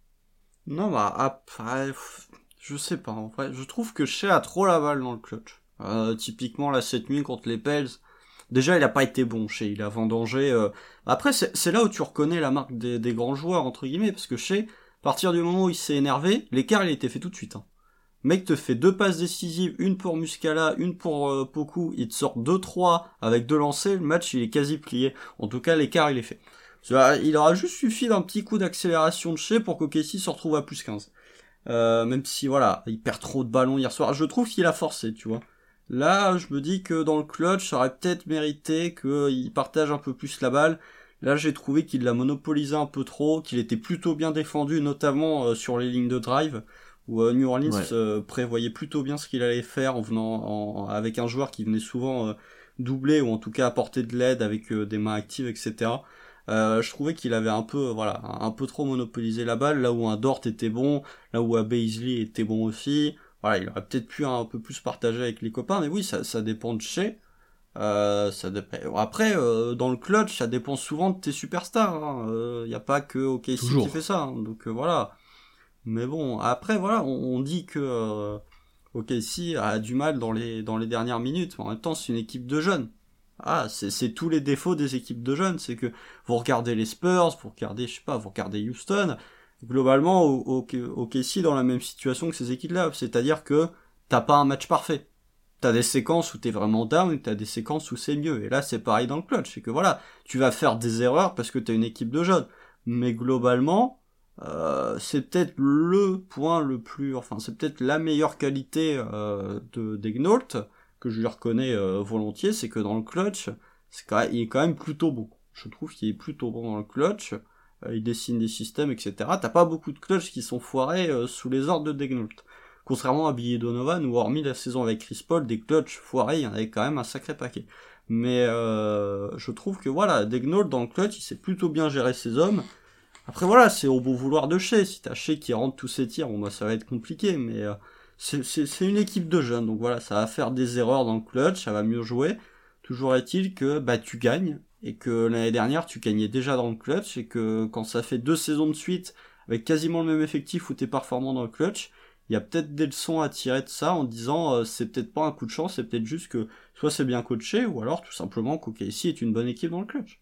Non, bah après, je sais pas. En vrai, je trouve que Shea a trop la balle dans le clutch. Euh, typiquement, là, cette nuit contre les Pels, déjà, il a pas été bon, Shea. Il a vendangé. Euh... Après, c'est, c'est là où tu reconnais la marque des, des grands joueurs entre guillemets, parce que Shea, à partir du moment où il s'est énervé, l'écart il a été fait tout de suite. Hein. Le mec te fait deux passes décisives, une pour Muscala, une pour euh, Poku, il te sort deux trois avec deux lancers, le match il est quasi plié. En tout cas l'écart il est fait. Il aura juste suffi d'un petit coup d'accélération de Shea pour qu'O K C se retrouve à plus quinze. Euh, même si voilà, il perd trop de ballons hier soir. Je trouve qu'il a forcé, tu vois. Là je me dis que dans le clutch ça aurait peut-être mérité qu'il partage un peu plus la balle. Là, j'ai trouvé qu'il l'a monopolisé un peu trop, qu'il était plutôt bien défendu, notamment euh, sur les lignes de drive, où euh, New Orleans ouais. euh, prévoyait plutôt bien ce qu'il allait faire en venant en, avec un joueur qui venait souvent euh, doubler ou en tout cas apporter de l'aide avec euh, des mains actives, et cetera. Euh, je trouvais qu'il avait un peu, voilà, un peu trop monopolisé la balle, là où un Dort était bon, là où un Beasley était bon aussi. Voilà, il aurait peut-être pu un peu plus partager avec les copains, mais oui, ça, ça dépend de Shea. Euh, ça dépend. Après, euh, dans le clutch, ça dépend souvent de tes superstars. Il hein. euh, y a pas que O K C Toujours. qui fait ça. Hein. Donc euh, voilà. Mais bon, après voilà, on, on dit que euh, O K C a du mal dans les dans les dernières minutes. Mais en même temps, c'est une équipe de jeunes. Ah, c'est c'est tous les défauts des équipes de jeunes. C'est que vous regardez les Spurs, vous regardez, je sais pas, vous regardez Houston. Globalement, O K C dans la même situation que ces équipes-là. C'est-à-dire que t'as pas un match parfait. t'as des séquences où t'es vraiment down et t'as des séquences où c'est mieux. Et là, c'est pareil dans le clutch. C'est que voilà, tu vas faire des erreurs parce que t'as une équipe de jeunes. Mais globalement, euh, c'est peut-être le point le plus, enfin, c'est peut-être la meilleure qualité euh, de Daigneault, que je lui reconnais euh, volontiers, c'est que dans le clutch, c'est quand même, il est quand même plutôt bon. Je trouve qu'il est plutôt bon dans le clutch. Euh, il dessine des systèmes, et cetera. T'as pas beaucoup de clutch qui sont foirés euh, sous les ordres de Daigneault. Contrairement à Billy Donovan, où hormis la saison avec Chris Paul, des clutch foirés, il y en avait quand même un sacré paquet. Mais euh, je trouve que voilà, Daigneault dans le clutch, il sait plutôt bien gérer ses hommes. Après voilà, c'est au bon vouloir de Shea. Si t'as Shea qui rentre tous ses tirs, bon bah ça va être compliqué, mais euh, c'est, c'est, c'est une équipe de jeunes, donc voilà, ça va faire des erreurs dans le clutch, ça va mieux jouer. Toujours est-il que bah tu gagnes, et que l'année dernière tu gagnais déjà dans le clutch, et que quand ça fait deux saisons de suite, avec quasiment le même effectif où t'es performant dans le clutch, il y a peut-être des leçons à tirer de ça en disant euh, c'est peut-être pas un coup de chance, c'est peut-être juste que soit c'est bien coaché, ou alors tout simplement qu'O K C est une bonne équipe dans le clutch.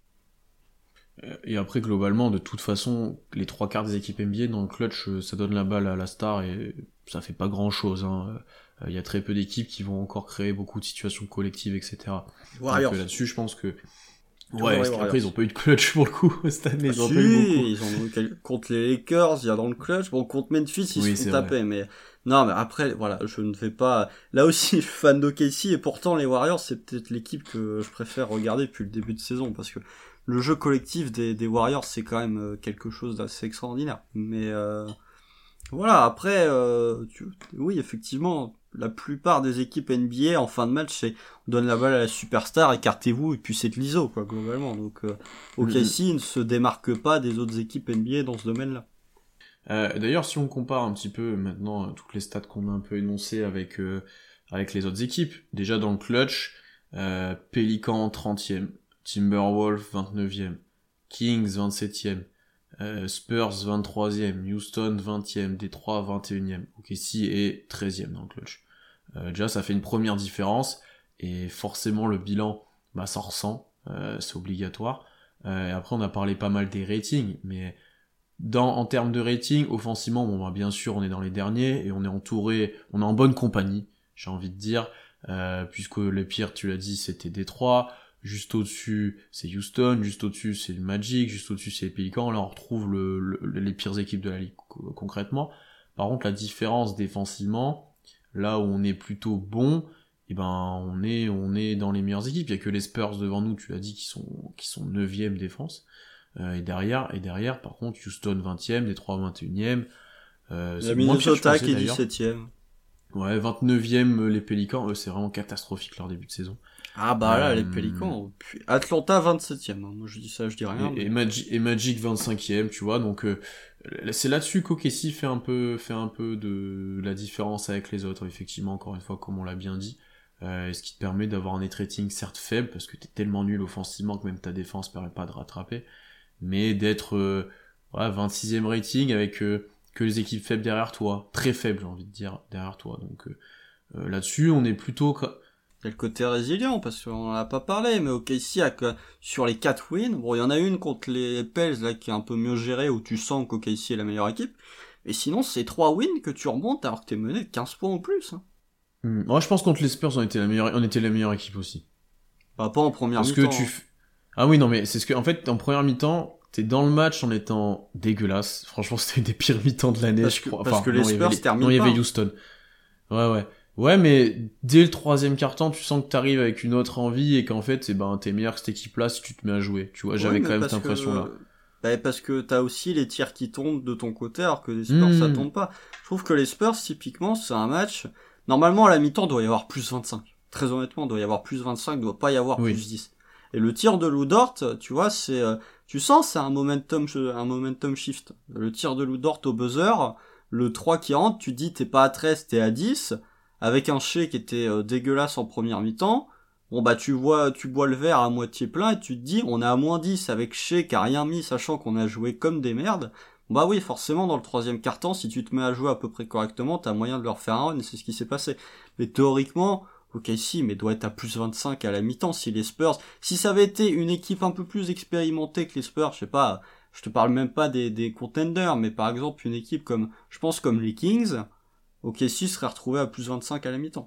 Et après, globalement, de toute façon, les trois quarts des équipes N B A dans le clutch, ça donne la balle à la star et ça fait pas grand-chose. Hein. Il y a très peu d'équipes qui vont encore créer beaucoup de situations collectives, et cetera. Warriors. Donc là-dessus, je pense que... Ouais, Ouais, après, ils ont pas eu de clutch pour le coup, cette année. Ils ah, ont si, pas eu beaucoup. Ils ont eu quel... contre les Lakers, il y a dans le clutch. Bon, contre Memphis, ils oui, se font taper, mais... Non, mais après, voilà, je ne vais pas... Là aussi, je suis fan d'O K C, et pourtant, les Warriors, c'est peut-être l'équipe que je préfère regarder depuis le début de saison, parce que le jeu collectif des, des Warriors, c'est quand même quelque chose d'assez extraordinaire. Mais euh, voilà, après, euh, tu, oui, effectivement, la plupart des équipes N B A en fin de match, c'est on donne la balle à la superstar, écartez-vous, et puis c'est de l'I S O, quoi, globalement. Donc, euh, O K C mmh. ne se démarque pas des autres équipes N B A dans ce domaine-là. Euh, d'ailleurs, si on compare un petit peu maintenant toutes les stats qu'on a un peu énoncées avec euh, avec les autres équipes, déjà dans le clutch, euh, Pélican trentième. Timberwolves vingt-neuvième, Kings vingt-septième, euh, Spurs vingt-troisième, Houston vingtième, Détroit vingt et unième, O K C est treizième dans le clutch. Euh, déjà ça fait une première différence, et forcément le bilan, bah ça ressent, euh, c'est obligatoire. Euh, et après on a parlé pas mal des ratings, mais dans, en termes de rating, offensivement, bon bah bien sûr on est dans les derniers, et on est entouré, on est en bonne compagnie, j'ai envie de dire, euh, puisque les pires, tu l'as dit, c'était Détroit. Juste au-dessus, c'est Houston, juste au-dessus, c'est le Magic, juste au-dessus, c'est les Pelicans. Là, on retrouve le, le, les pires équipes de la ligue, concrètement. Par contre, la différence défensivement, là où on est plutôt bon, eh ben, on est, on est dans les meilleures équipes. Il y a que les Spurs devant nous, tu l'as dit, qui sont, qui sont neuvième défense. Euh, et derrière, et derrière, par contre, Houston vingtième, Détroit vingt et unième. Euh, c'est Minnesota qui est dix-septième. Ouais, vingt-neuvième, les Pelicans, eux, c'est vraiment catastrophique leur début de saison. Ah bah là, euh, les Pélicans. Puis Atlanta vingt-septième. Moi je dis ça, je dis rien. Et, mais... et, Magic, et Magic vingt-cinquième, tu vois. Donc euh, c'est là-dessus qu'O K C fait un peu, fait un peu de la différence avec les autres. Effectivement, encore une fois, comme on l'a bien dit, euh, ce qui te permet d'avoir un net rating certes faible parce que t'es tellement nul offensivement que même ta défense permet pas de rattraper, mais d'être euh, ouais, vingt-sixième rating avec euh, que les équipes faibles derrière toi, très faibles, j'ai envie de dire derrière toi. Donc euh, euh, là-dessus, on est plutôt Il y a le côté résilient, parce qu'on en a pas parlé, mais O K C a que, sur les quatre wins, bon, il y en a une contre les Pels, là, qui est un peu mieux gérée, où tu sens qu'O K C est la meilleure équipe, mais sinon, c'est trois wins que tu remontes alors que t'es mené de quinze points en plus, hein. Mmh. Moi, je pense que contre les Spurs, on était la meilleure, on était la meilleure équipe aussi. Bah, pas en première parce mi-temps. Que tu... Ah oui, non, mais c'est ce que, en fait, en première mi-temps, t'es dans le match en étant dégueulasse. Franchement, c'était une des pires mi-temps de l'année, parce je que, crois. Parce enfin, que les non, Spurs les... terminent Non, il y pas. avait Houston. Ouais, ouais. Ouais, mais dès le troisième quart-temps, tu sens que t'arrives avec une autre envie et qu'en fait, c'est ben, t'es meilleur que cette équipe-là si tu te mets à jouer. Tu vois, j'avais ouais, quand même cette que... impression-là. Bah, parce que t'as aussi les tirs qui tombent de ton côté alors que les Spurs, mmh. ça tombe pas. Je trouve que les Spurs, typiquement, c'est un match... Normalement, à la mi-temps, il doit y avoir plus vingt-cinq. Très honnêtement, il doit y avoir plus vingt-cinq, il doit pas y avoir oui. plus dix. Et le tir de Lou Dort, tu vois, c'est... Euh, tu sens, c'est un momentum, un momentum shift. Le tir de Lou Dort au buzzer, le trois qui rentre, tu dis t'es pas à treize, t'es à dix... avec un Shea qui était euh, dégueulasse en première mi-temps, bon bah tu vois tu bois le verre à moitié plein et tu te dis on est à moins dix avec Shea qui a rien mis sachant qu'on a joué comme des merdes, bon, bah oui forcément dans le troisième quart-temps si tu te mets à jouer à peu près correctement t'as moyen de leur faire un run et c'est ce qui s'est passé. Mais théoriquement, ok si, mais doit être à plus vingt-cinq à la mi-temps si les Spurs, si ça avait été une équipe un peu plus expérimentée que les Spurs, je sais pas, je te parle même pas des, des contenders, mais par exemple une équipe comme, je pense comme les Kings, O K C serait retrouvé à plus vingt-cinq à la mi-temps.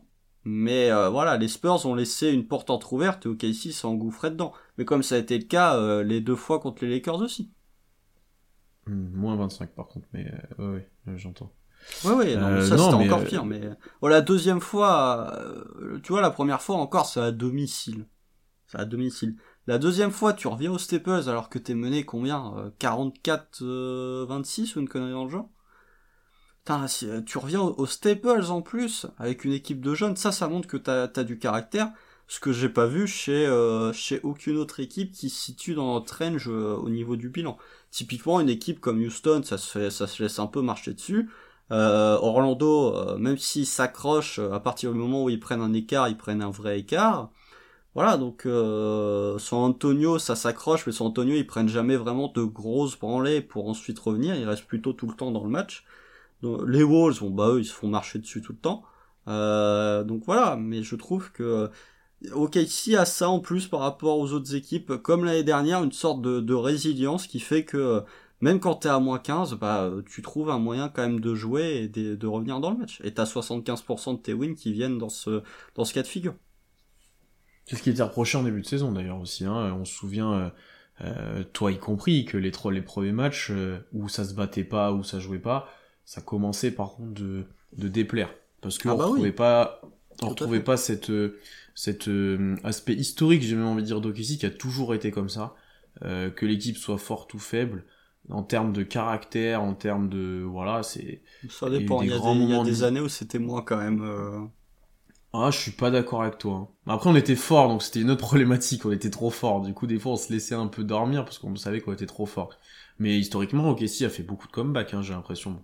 Mais euh, voilà, les Spurs ont laissé une porte entrouverte et O K C s'est engouffré dedans. Mais comme ça a été le cas euh, les deux fois contre les Lakers aussi. Mmh, moins vingt-cinq par contre, mais euh, ouais, ouais, j'entends. Ouais, ouais, non, Euh, ça non, c'était mais, encore euh, pire. Mais bon, la deuxième fois, euh, tu vois, la première fois encore, c'est à domicile. C'est à domicile. La deuxième fois, tu reviens aux Staples alors que t'es mené combien euh, quarante-quatre vingt-six ou une connerie dans le genre. Putain, si, euh, tu reviens aux Staples en plus, avec une équipe de jeunes, ça, ça montre que t'as, t'as du caractère, ce que j'ai pas vu chez, euh, chez aucune autre équipe qui se situe dans notre range euh, au niveau du bilan. Typiquement, une équipe comme Houston, ça se fait, ça se laisse un peu marcher dessus. Euh, Orlando, euh, même s'ils s'accrochent, euh, à partir du moment où ils prennent un écart, ils prennent un vrai écart. Voilà, donc euh, San Antonio, ça s'accroche, mais San Antonio, ils prennent jamais vraiment de grosses branlées pour ensuite revenir, ils restent plutôt tout le temps dans le match. Donc, les Wolves, bon bah eux, ils se font marcher dessus tout le temps. Euh, donc voilà, mais je trouve que O K C a ça en plus par rapport aux autres équipes, comme l'année dernière, une sorte de, de résilience qui fait que même quand t'es à moins quinze, bah tu trouves un moyen quand même de jouer et de, de revenir dans le match. Et t'as soixante-quinze pour cent de tes wins qui viennent dans ce, dans ce cas de figure. C'est ce qui était reproché en début de saison d'ailleurs aussi. Hein. On se souvient, euh, euh, toi y compris, que les, trois, les premiers matchs euh, où ça se battait pas, où ça jouait pas, ça commençait par contre de, de déplaire. Parce qu'on Ah bah retrouvait oui. pas, on Tout à retrouvait fait. pas cette, euh, cet euh, aspect historique, j'ai même envie de dire, d'O K C qui a toujours été comme ça. Euh, que l'équipe soit forte ou faible, en termes de caractère, en termes de... Voilà, c'est... Ça Il y a eu dépend, des il y a grands des, il y a moments des de- années où c'était moins quand même. euh, Ah, je suis pas d'accord avec toi. Hein. Après, on était fort, donc c'était une autre problématique. On était trop fort. Du coup, des fois, on se laissait un peu dormir parce qu'on savait qu'on était trop fort. Mais historiquement, O K C a fait beaucoup de comebacks, hein, j'ai l'impression.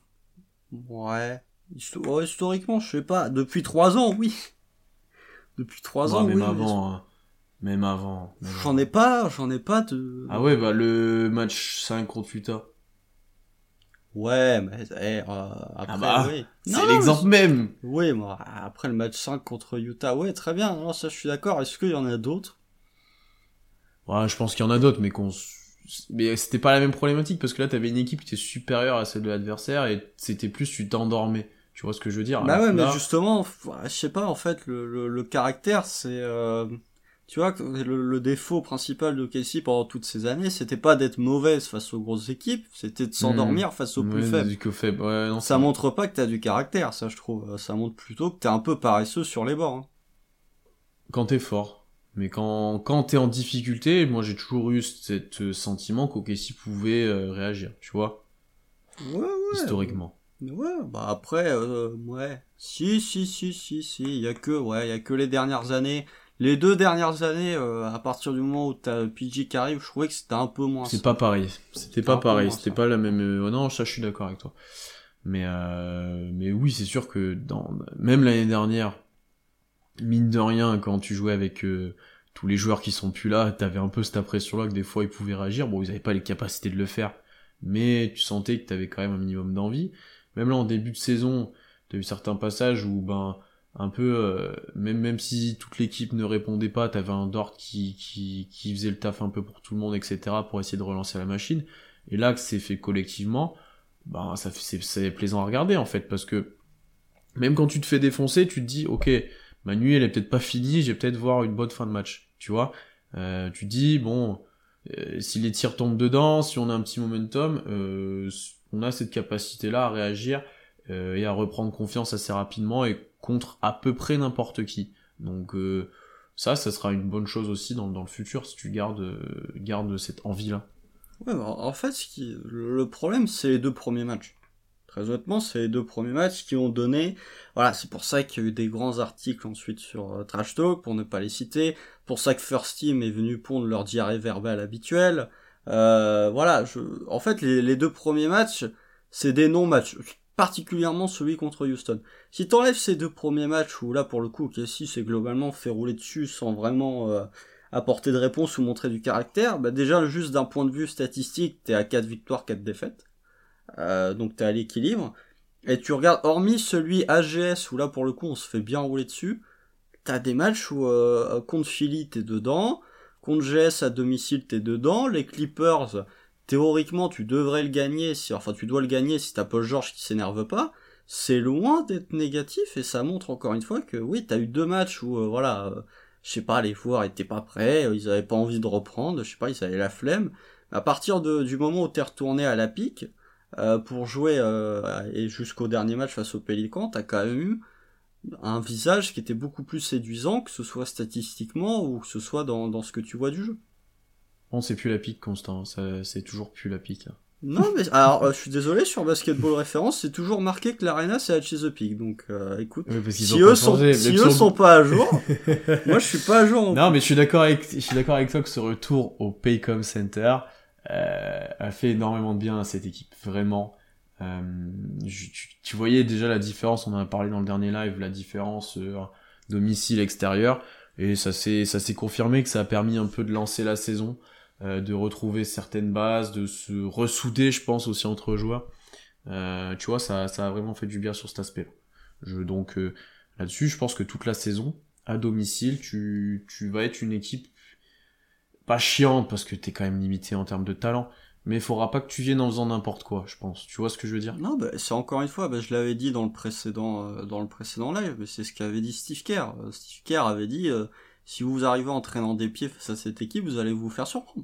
Ouais. Histo- ouais, historiquement, je sais pas. Depuis trois ans, oui. Depuis trois Bah, ans, même oui. mais avant, hein. Même avant. même J'en avant. ai pas, j'en ai pas de. Ah ouais, bah le match cinq contre Utah. Ouais, mais eh, euh, après, Ah bah, oui. c'est Non, l'exemple mais- même. Oui, moi, après le match cinq contre Utah, ouais, très bien. Non, ça, je suis d'accord. Est-ce qu'il y en a d'autres? Ouais, je pense qu'il y en a d'autres, mais qu'on... s- Mais c'était pas la même problématique, parce que là, t'avais une équipe qui était supérieure à celle de l'adversaire, et c'était plus, tu t'endormais. Tu vois ce que je veux dire? Bah Alors ouais, que mais là, justement, f- ouais, je sais pas, en fait, le, le, le caractère, c'est... euh, Tu vois, que le, le défaut principal de Casey pendant toutes ces années, c'était pas d'être mauvaise face aux grosses équipes, c'était de s'endormir face aux plus ouais, faibles. du que faible. Ouais, non, c'est Ça vrai. montre pas que t'as du caractère, ça, je trouve. Ça montre plutôt que t'es un peu paresseux sur les bords. Hein. Quand t'es fort. Mais quand, quand t'es en difficulté, moi j'ai toujours eu ce sentiment qu'O K C pouvait euh, réagir, tu vois, Ouais, ouais. historiquement. Ouais, bah après, euh, ouais. Si, si, si, si, si. Il y a que, ouais, il y a que les dernières années. Les deux dernières années, euh, à partir du moment où t'as P G qui arrive, je trouvais que c'était un peu moins C'est ça. pas pareil. C'était pas un peu pareil. moins C'était ça. pas la même. euh, Non, ça, je suis d'accord avec toi. Mais euh... mais oui, c'est sûr que dans même l'année dernière, mine de rien, quand tu jouais avec euh, tous les joueurs qui sont plus là, t'avais un peu cette impression-là que des fois ils pouvaient réagir. Bon, ils avaient pas les capacités de le faire, mais tu sentais que t'avais quand même un minimum d'envie. Même là, en début de saison, t'as eu certains passages où ben un peu euh, même même si toute l'équipe ne répondait pas, t'avais un Dort qui qui qui faisait le taf un peu pour tout le monde, et cetera, pour essayer de relancer la machine. Et là, que c'est fait collectivement, ben ça fait c'est, c'est plaisant à regarder en fait, parce que même quand tu te fais défoncer, tu te dis ok, ma nuit elle est peut-être pas finie, j'ai peut-être voir une bonne fin de match, tu vois. Euh, tu te dis bon, euh, si les tirs tombent dedans, si on a un petit momentum, euh, on a cette capacité là à réagir euh, et à reprendre confiance assez rapidement et contre à peu près n'importe qui. Donc euh, ça, ça sera une bonne chose aussi dans, dans le futur si tu gardes, euh, gardes cette envie-là. Ouais, bah, en fait, ce qui... le problème, c'est les deux premiers matchs. Très honnêtement, c'est les deux premiers matchs qui ont donné... Voilà, c'est pour ça qu'il y a eu des grands articles ensuite sur euh, Trash Talk, pour ne pas les citer. Pour ça que First Team est venu pondre leur diarrhée verbale habituelle. Euh, voilà, je... en fait, les, les deux premiers matchs, c'est des non-matchs. Particulièrement celui contre Houston. Si t'enlèves ces deux premiers matchs, où là, pour le coup, Casey s'est globalement fait rouler dessus sans vraiment... Euh, apporter de réponse ou montrer du caractère, bah déjà juste d'un point de vue statistique, t'es à quatre victoires, quatre défaites, euh, donc t'es à l'équilibre, et tu regardes, hormis celui A G S où là pour le coup on se fait bien rouler dessus, t'as des matchs où euh, contre Philly t'es dedans, contre G S à domicile t'es dedans, les Clippers, théoriquement tu devrais le gagner, si, enfin tu dois le gagner si t'as Paul George qui s'énerve pas, c'est loin d'être négatif et ça montre encore une fois que oui, t'as eu deux matchs où, euh, voilà, euh, je sais pas, les joueurs étaient pas prêts, ils avaient pas envie de reprendre, je sais pas, ils avaient la flemme. À partir de, du moment où t'es retourné à la pique, euh, pour jouer euh, et jusqu'au dernier match face au Pélican, t'as quand même eu un visage qui était beaucoup plus séduisant, que ce soit statistiquement ou que ce soit dans, dans ce que tu vois du jeu. Bon, c'est plus la pique, Constant, ça, c'est toujours plus la pique. Hein. Non, mais alors, euh, je suis désolé, sur Basketball Référence, c'est toujours marqué que l'Arena c'est à Chesapeake, donc euh, écoute, Oui, si eux, sont, si eux sont pas à jour, moi je suis pas à jour. Non, mais je suis d'accord avec, je suis d'accord avec toi que ce retour au Paycom Center euh, a fait énormément de bien à cette équipe, vraiment. Euh, je, tu, tu voyais déjà la différence, on en a parlé dans le dernier live, la différence euh, domicile extérieur, et ça s'est ça s'est confirmé que ça a permis un peu de lancer la saison, euh, de retrouver certaines bases, de se ressouder, je pense aussi entre joueurs. Euh, tu vois, ça ça a vraiment fait du bien sur cet aspect-là. Je, donc euh, là-dessus, je pense que toute la saison à domicile, tu tu vas être une équipe pas chiante parce que t'es quand même limité en termes de talent. Mais il faudra pas que tu viennes en faisant n'importe quoi, je pense. Tu vois ce que je veux dire? Non, bah, c'est encore une fois, bah, je l'avais dit dans le précédent, euh, dans le précédent live, mais c'est ce qu'avait dit Steve Kerr. Euh, Steve Kerr avait dit, euh, si vous arrivez en traînant des pieds face à cette équipe, vous allez vous faire surprendre.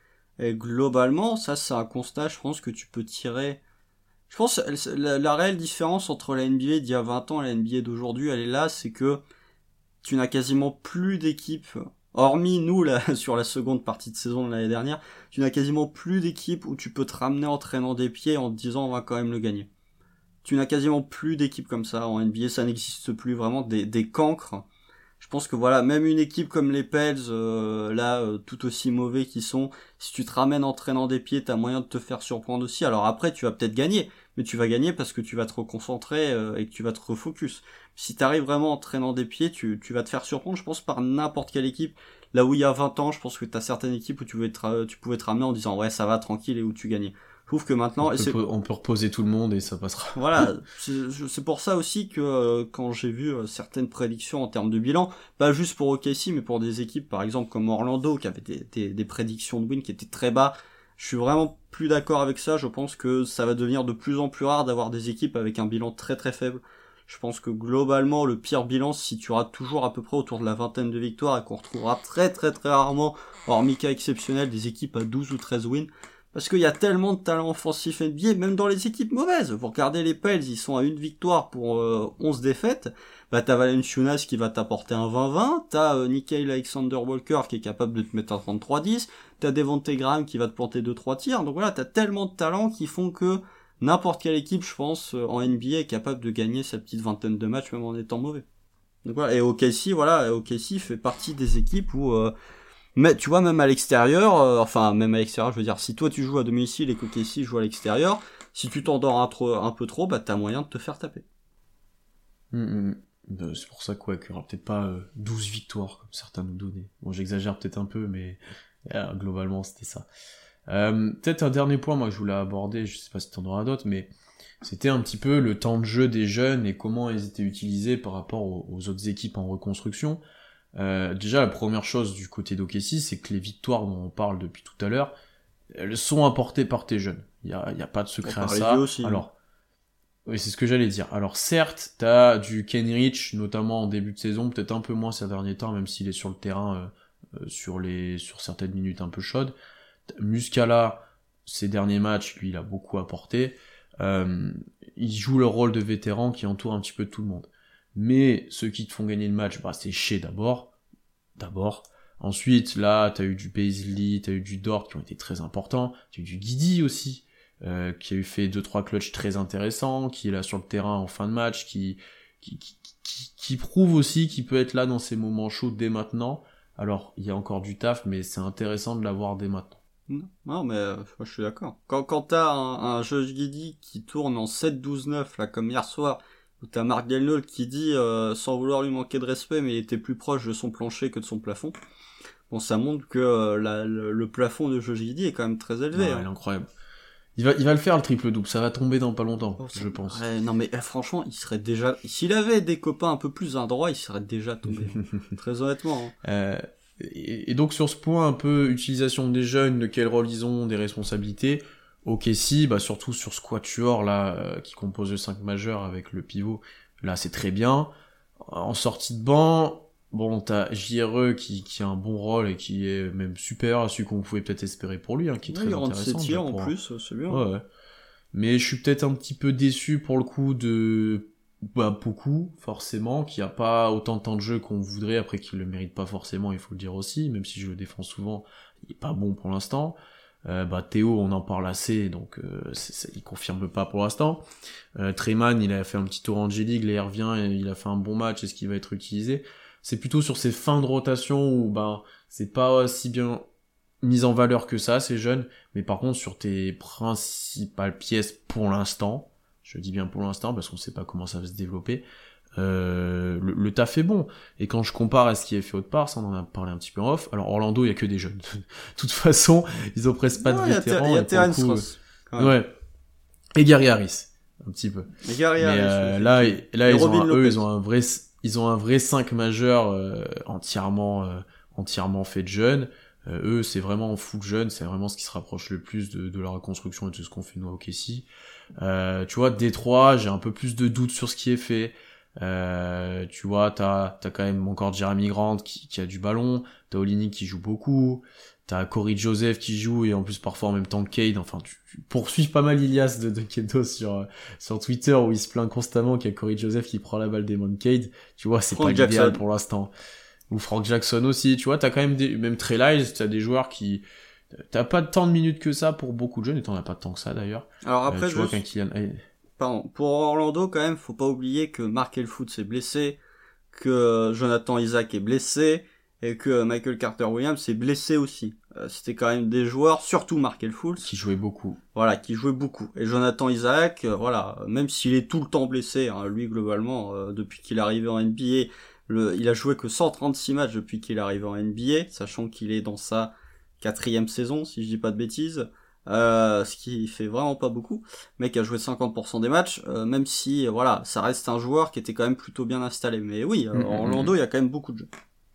Et globalement, ça, c'est un constat, je pense, que tu peux tirer. Je pense, la, la réelle différence entre la N B A d'il y a vingt ans et la N B A d'aujourd'hui, elle est là, c'est que tu n'as quasiment plus d'équipes. Hormis nous, là, sur la seconde partie de saison de l'année dernière, tu n'as quasiment plus d'équipe où tu peux te ramener en traînant des pieds en te disant on va quand même le gagner. Tu n'as quasiment plus d'équipes comme ça en N B A, ça n'existe plus vraiment, des, des cancres. Je pense que voilà, même une équipe comme les Pels, euh, là, euh, tout aussi mauvais qu'ils sont, si tu te ramènes en traînant des pieds, t'as moyen de te faire surprendre aussi. Alors après, tu vas peut-être gagner, mais tu vas gagner parce que tu vas te reconcentrer euh, et que tu vas te refocus. Si t'arrives vraiment en traînant des pieds, tu, tu vas te faire surprendre, je pense, par n'importe quelle équipe. Là où il y a vingt ans, je pense que t'as certaines équipes où tu pouvais te, tu pouvais te ramener en disant ouais, ça va, tranquille, et où tu gagnais. Je trouve que maintenant... On, et peut, c'est... on peut reposer tout le monde et ça passera. Voilà, c'est, c'est pour ça aussi que euh, quand j'ai vu euh, certaines prédictions en termes de bilan, pas juste pour O K C, mais pour des équipes par exemple comme Orlando, qui avaient des, des, des prédictions de win qui étaient très bas, je suis vraiment plus d'accord avec ça. Je pense que ça va devenir de plus en plus rare d'avoir des équipes avec un bilan très très faible. Je pense que globalement, le pire bilan se situera toujours à peu près autour de la vingtaine de victoires et qu'on retrouvera très très très rarement, hormis cas exceptionnel, des équipes à douze ou treize wins. Parce qu'il y a tellement de talent offensif N B A, même dans les équipes mauvaises. Vous regardez les Pels, ils sont à une victoire pour euh, onze défaites. Bah t'as Valanciunas qui va t'apporter un vingt vingt, t'as euh, Nickeil Alexander-Walker qui est capable de te mettre un trente-trois dix, t'as Devonte Graham qui va te planter deux trois tirs. Donc voilà, t'as tellement de talent qui font que n'importe quelle équipe, je pense, euh, en N B A est capable de gagner sa petite vingtaine de matchs même en étant mauvais. Donc voilà, et O K C, voilà, O K C fait partie des équipes où... Euh, mais tu vois, même à l'extérieur, euh, enfin même à l'extérieur, je veux dire, si toi tu joues à domicile et qu'O K C joue à l'extérieur, si tu t'endors un, trop, un peu trop, bah t'as moyen de te faire taper. Mmh, mmh. Ben, c'est pour ça quoi, qu'il y aura peut-être pas euh, douze victoires comme certains nous donnaient. Bon, j'exagère peut-être un peu, mais euh, globalement c'était ça. Euh, peut-être un dernier point, moi que je voulais aborder, je sais pas si t'en auras d'autres, mais c'était un petit peu le temps de jeu des jeunes et comment ils étaient utilisés par rapport aux, aux autres équipes en reconstruction. Euh, déjà, la première chose du côté d'O K C, c'est que les victoires dont on parle depuis tout à l'heure, elles sont apportées par tes jeunes. Il y a, y a pas de secret à ça. Aussi. Alors, oui, c'est ce que j'allais dire. Alors, certes, t'as du Kenrich, notamment en début de saison, peut-être un peu moins ces derniers temps, même s'il est sur le terrain euh, euh, sur les sur certaines minutes un peu chaudes. Muscala, ces derniers matchs, lui, il a beaucoup apporté. Euh, il joue le rôle de vétéran qui entoure un petit peu tout le monde. Mais ceux qui te font gagner le match, bah, c'est Shea d'abord. D'abord. Ensuite, là, t'as eu du Bazley, t'as eu du Dort qui ont été très importants. T'as eu du Giddey aussi, euh, qui a eu fait deux trois clutches très intéressants, qui est là sur le terrain en fin de match, qui, qui, qui, qui, qui prouve aussi qu'il peut être là dans ces moments chauds dès maintenant. Alors, il y a encore du taf, mais c'est intéressant de l'avoir dès maintenant. Non, mais euh, moi je suis d'accord. Quand, quand t'as un, un Josh Giddey qui tourne en sept douze neuf, là, comme hier soir, où t'as Mark Daigneault qui dit, euh, sans vouloir lui manquer de respect, mais il était plus proche de son plancher que de son plafond. Bon, ça montre que euh, la, le, le plafond de Josh Giddey est quand même très élevé. Ouais, hein. Il est incroyable. Il va, il va le faire le triple double, ça va tomber dans pas longtemps, oh, je pense. Ouais, non mais eh, franchement, il serait déjà. S'il avait des copains un peu plus adroits, il serait déjà tombé. Très honnêtement. Hein. Euh, et, et donc sur ce point un peu utilisation des jeunes, de quel rôle ils ont, des responsabilités. O K C, bah surtout sur ce quatuor là euh, qui compose le cinq majeur avec le pivot, là c'est très bien. En sortie de banc, bon t'as J R E qui, qui a un bon rôle et qui est même supérieur à celui qu'on pouvait peut-être espérer pour lui, hein, qui est Ouais, très il rentre intéressant. ses tirs en pour... plus, c'est bien. Ouais, ouais. Mais je suis peut-être un petit peu déçu pour le coup de bah, Poku, forcément, qui a pas autant de temps de jeu qu'on voudrait, après qu'il le mérite pas forcément, il faut le dire aussi, même si je le défends souvent, il est pas bon pour l'instant. Euh, bah Théo, on en parle assez, donc euh, c'est, c'est, il confirme pas pour l'instant. Euh, Treyman, il a fait un petit tour en G-League, là il revient, et il a fait un bon match, est-ce qu'il va être utilisé? C'est plutôt sur ces fins de rotation où bah c'est pas si bien mis en valeur que ça, ces jeunes, mais par contre sur tes principales pièces pour l'instant, je dis bien pour l'instant parce qu'on sait pas comment ça va se développer, euh, le, le taf est bon. Et quand je compare à ce qui est fait autre part, ça on en a parlé un petit peu en off, alors Orlando il y a que des jeunes. De toute façon, ils ont presque pas non, de vétérans. Il y a, y a Terence Ross. Ouais. Et Gary Harris, un petit peu. Et Gary Harris, mais euh, là, et, là et ils, ont un, eux, Lopez. ils ont un vrai, ils ont un vrai cinq majeur euh, entièrement, euh, entièrement fait de jeunes. Euh, eux, c'est vraiment full jeune, c'est vraiment ce qui se rapproche le plus de, de la reconstruction et de ce qu'on fait nous au O K C. Euh, tu vois, Détroit, j'ai un peu plus de doutes sur ce qui est fait. Euh, tu vois, t'as, t'as quand même encore Jeremy Grant qui, qui a du ballon, t'as Olynyk qui joue beaucoup, t'as Corey Joseph qui joue et en plus parfois en même temps que Cade. Enfin, tu, tu poursuis pas mal Ilias de, de Kedo sur, sur Twitter où il se plaint constamment qu'il y a Corey Joseph qui prend la balle des mains de Cade. Tu vois, c'est Frank pas l'idéal Jackson. pour l'instant. Ou Frank Jackson aussi, tu vois, t'as quand même des, même Trey Lyles, t'as des joueurs qui, t'as pas tant de minutes que ça pour beaucoup de jeunes, et t'en as pas tant que ça d'ailleurs. Alors après, euh, tu je... vois qu'un Kylian... Pardon, pour Orlando quand même, faut pas oublier que Markel Fultz s'est blessé, que Jonathan Isaac est blessé, et que Michael Carter-Williams est blessé aussi. Euh, c'était quand même des joueurs, surtout Markel Fultz, qui jouaient beaucoup. Voilà, qui jouaient beaucoup. Et Jonathan Isaac, euh, voilà, même s'il est tout le temps blessé, hein, lui globalement, euh, depuis qu'il est arrivé en N B A, le, il a joué que cent trente-six matchs depuis qu'il est arrivé en N B A, sachant qu'il est dans sa quatrième saison, si je dis pas de bêtises, euh, ce qui fait vraiment pas beaucoup. Le mec a joué cinquante pour cent des matchs, euh, même si, euh, voilà, ça reste un joueur qui était quand même plutôt bien installé. Mais oui, euh, Mmh, Orlando, il mmh. y a quand même beaucoup de jeux.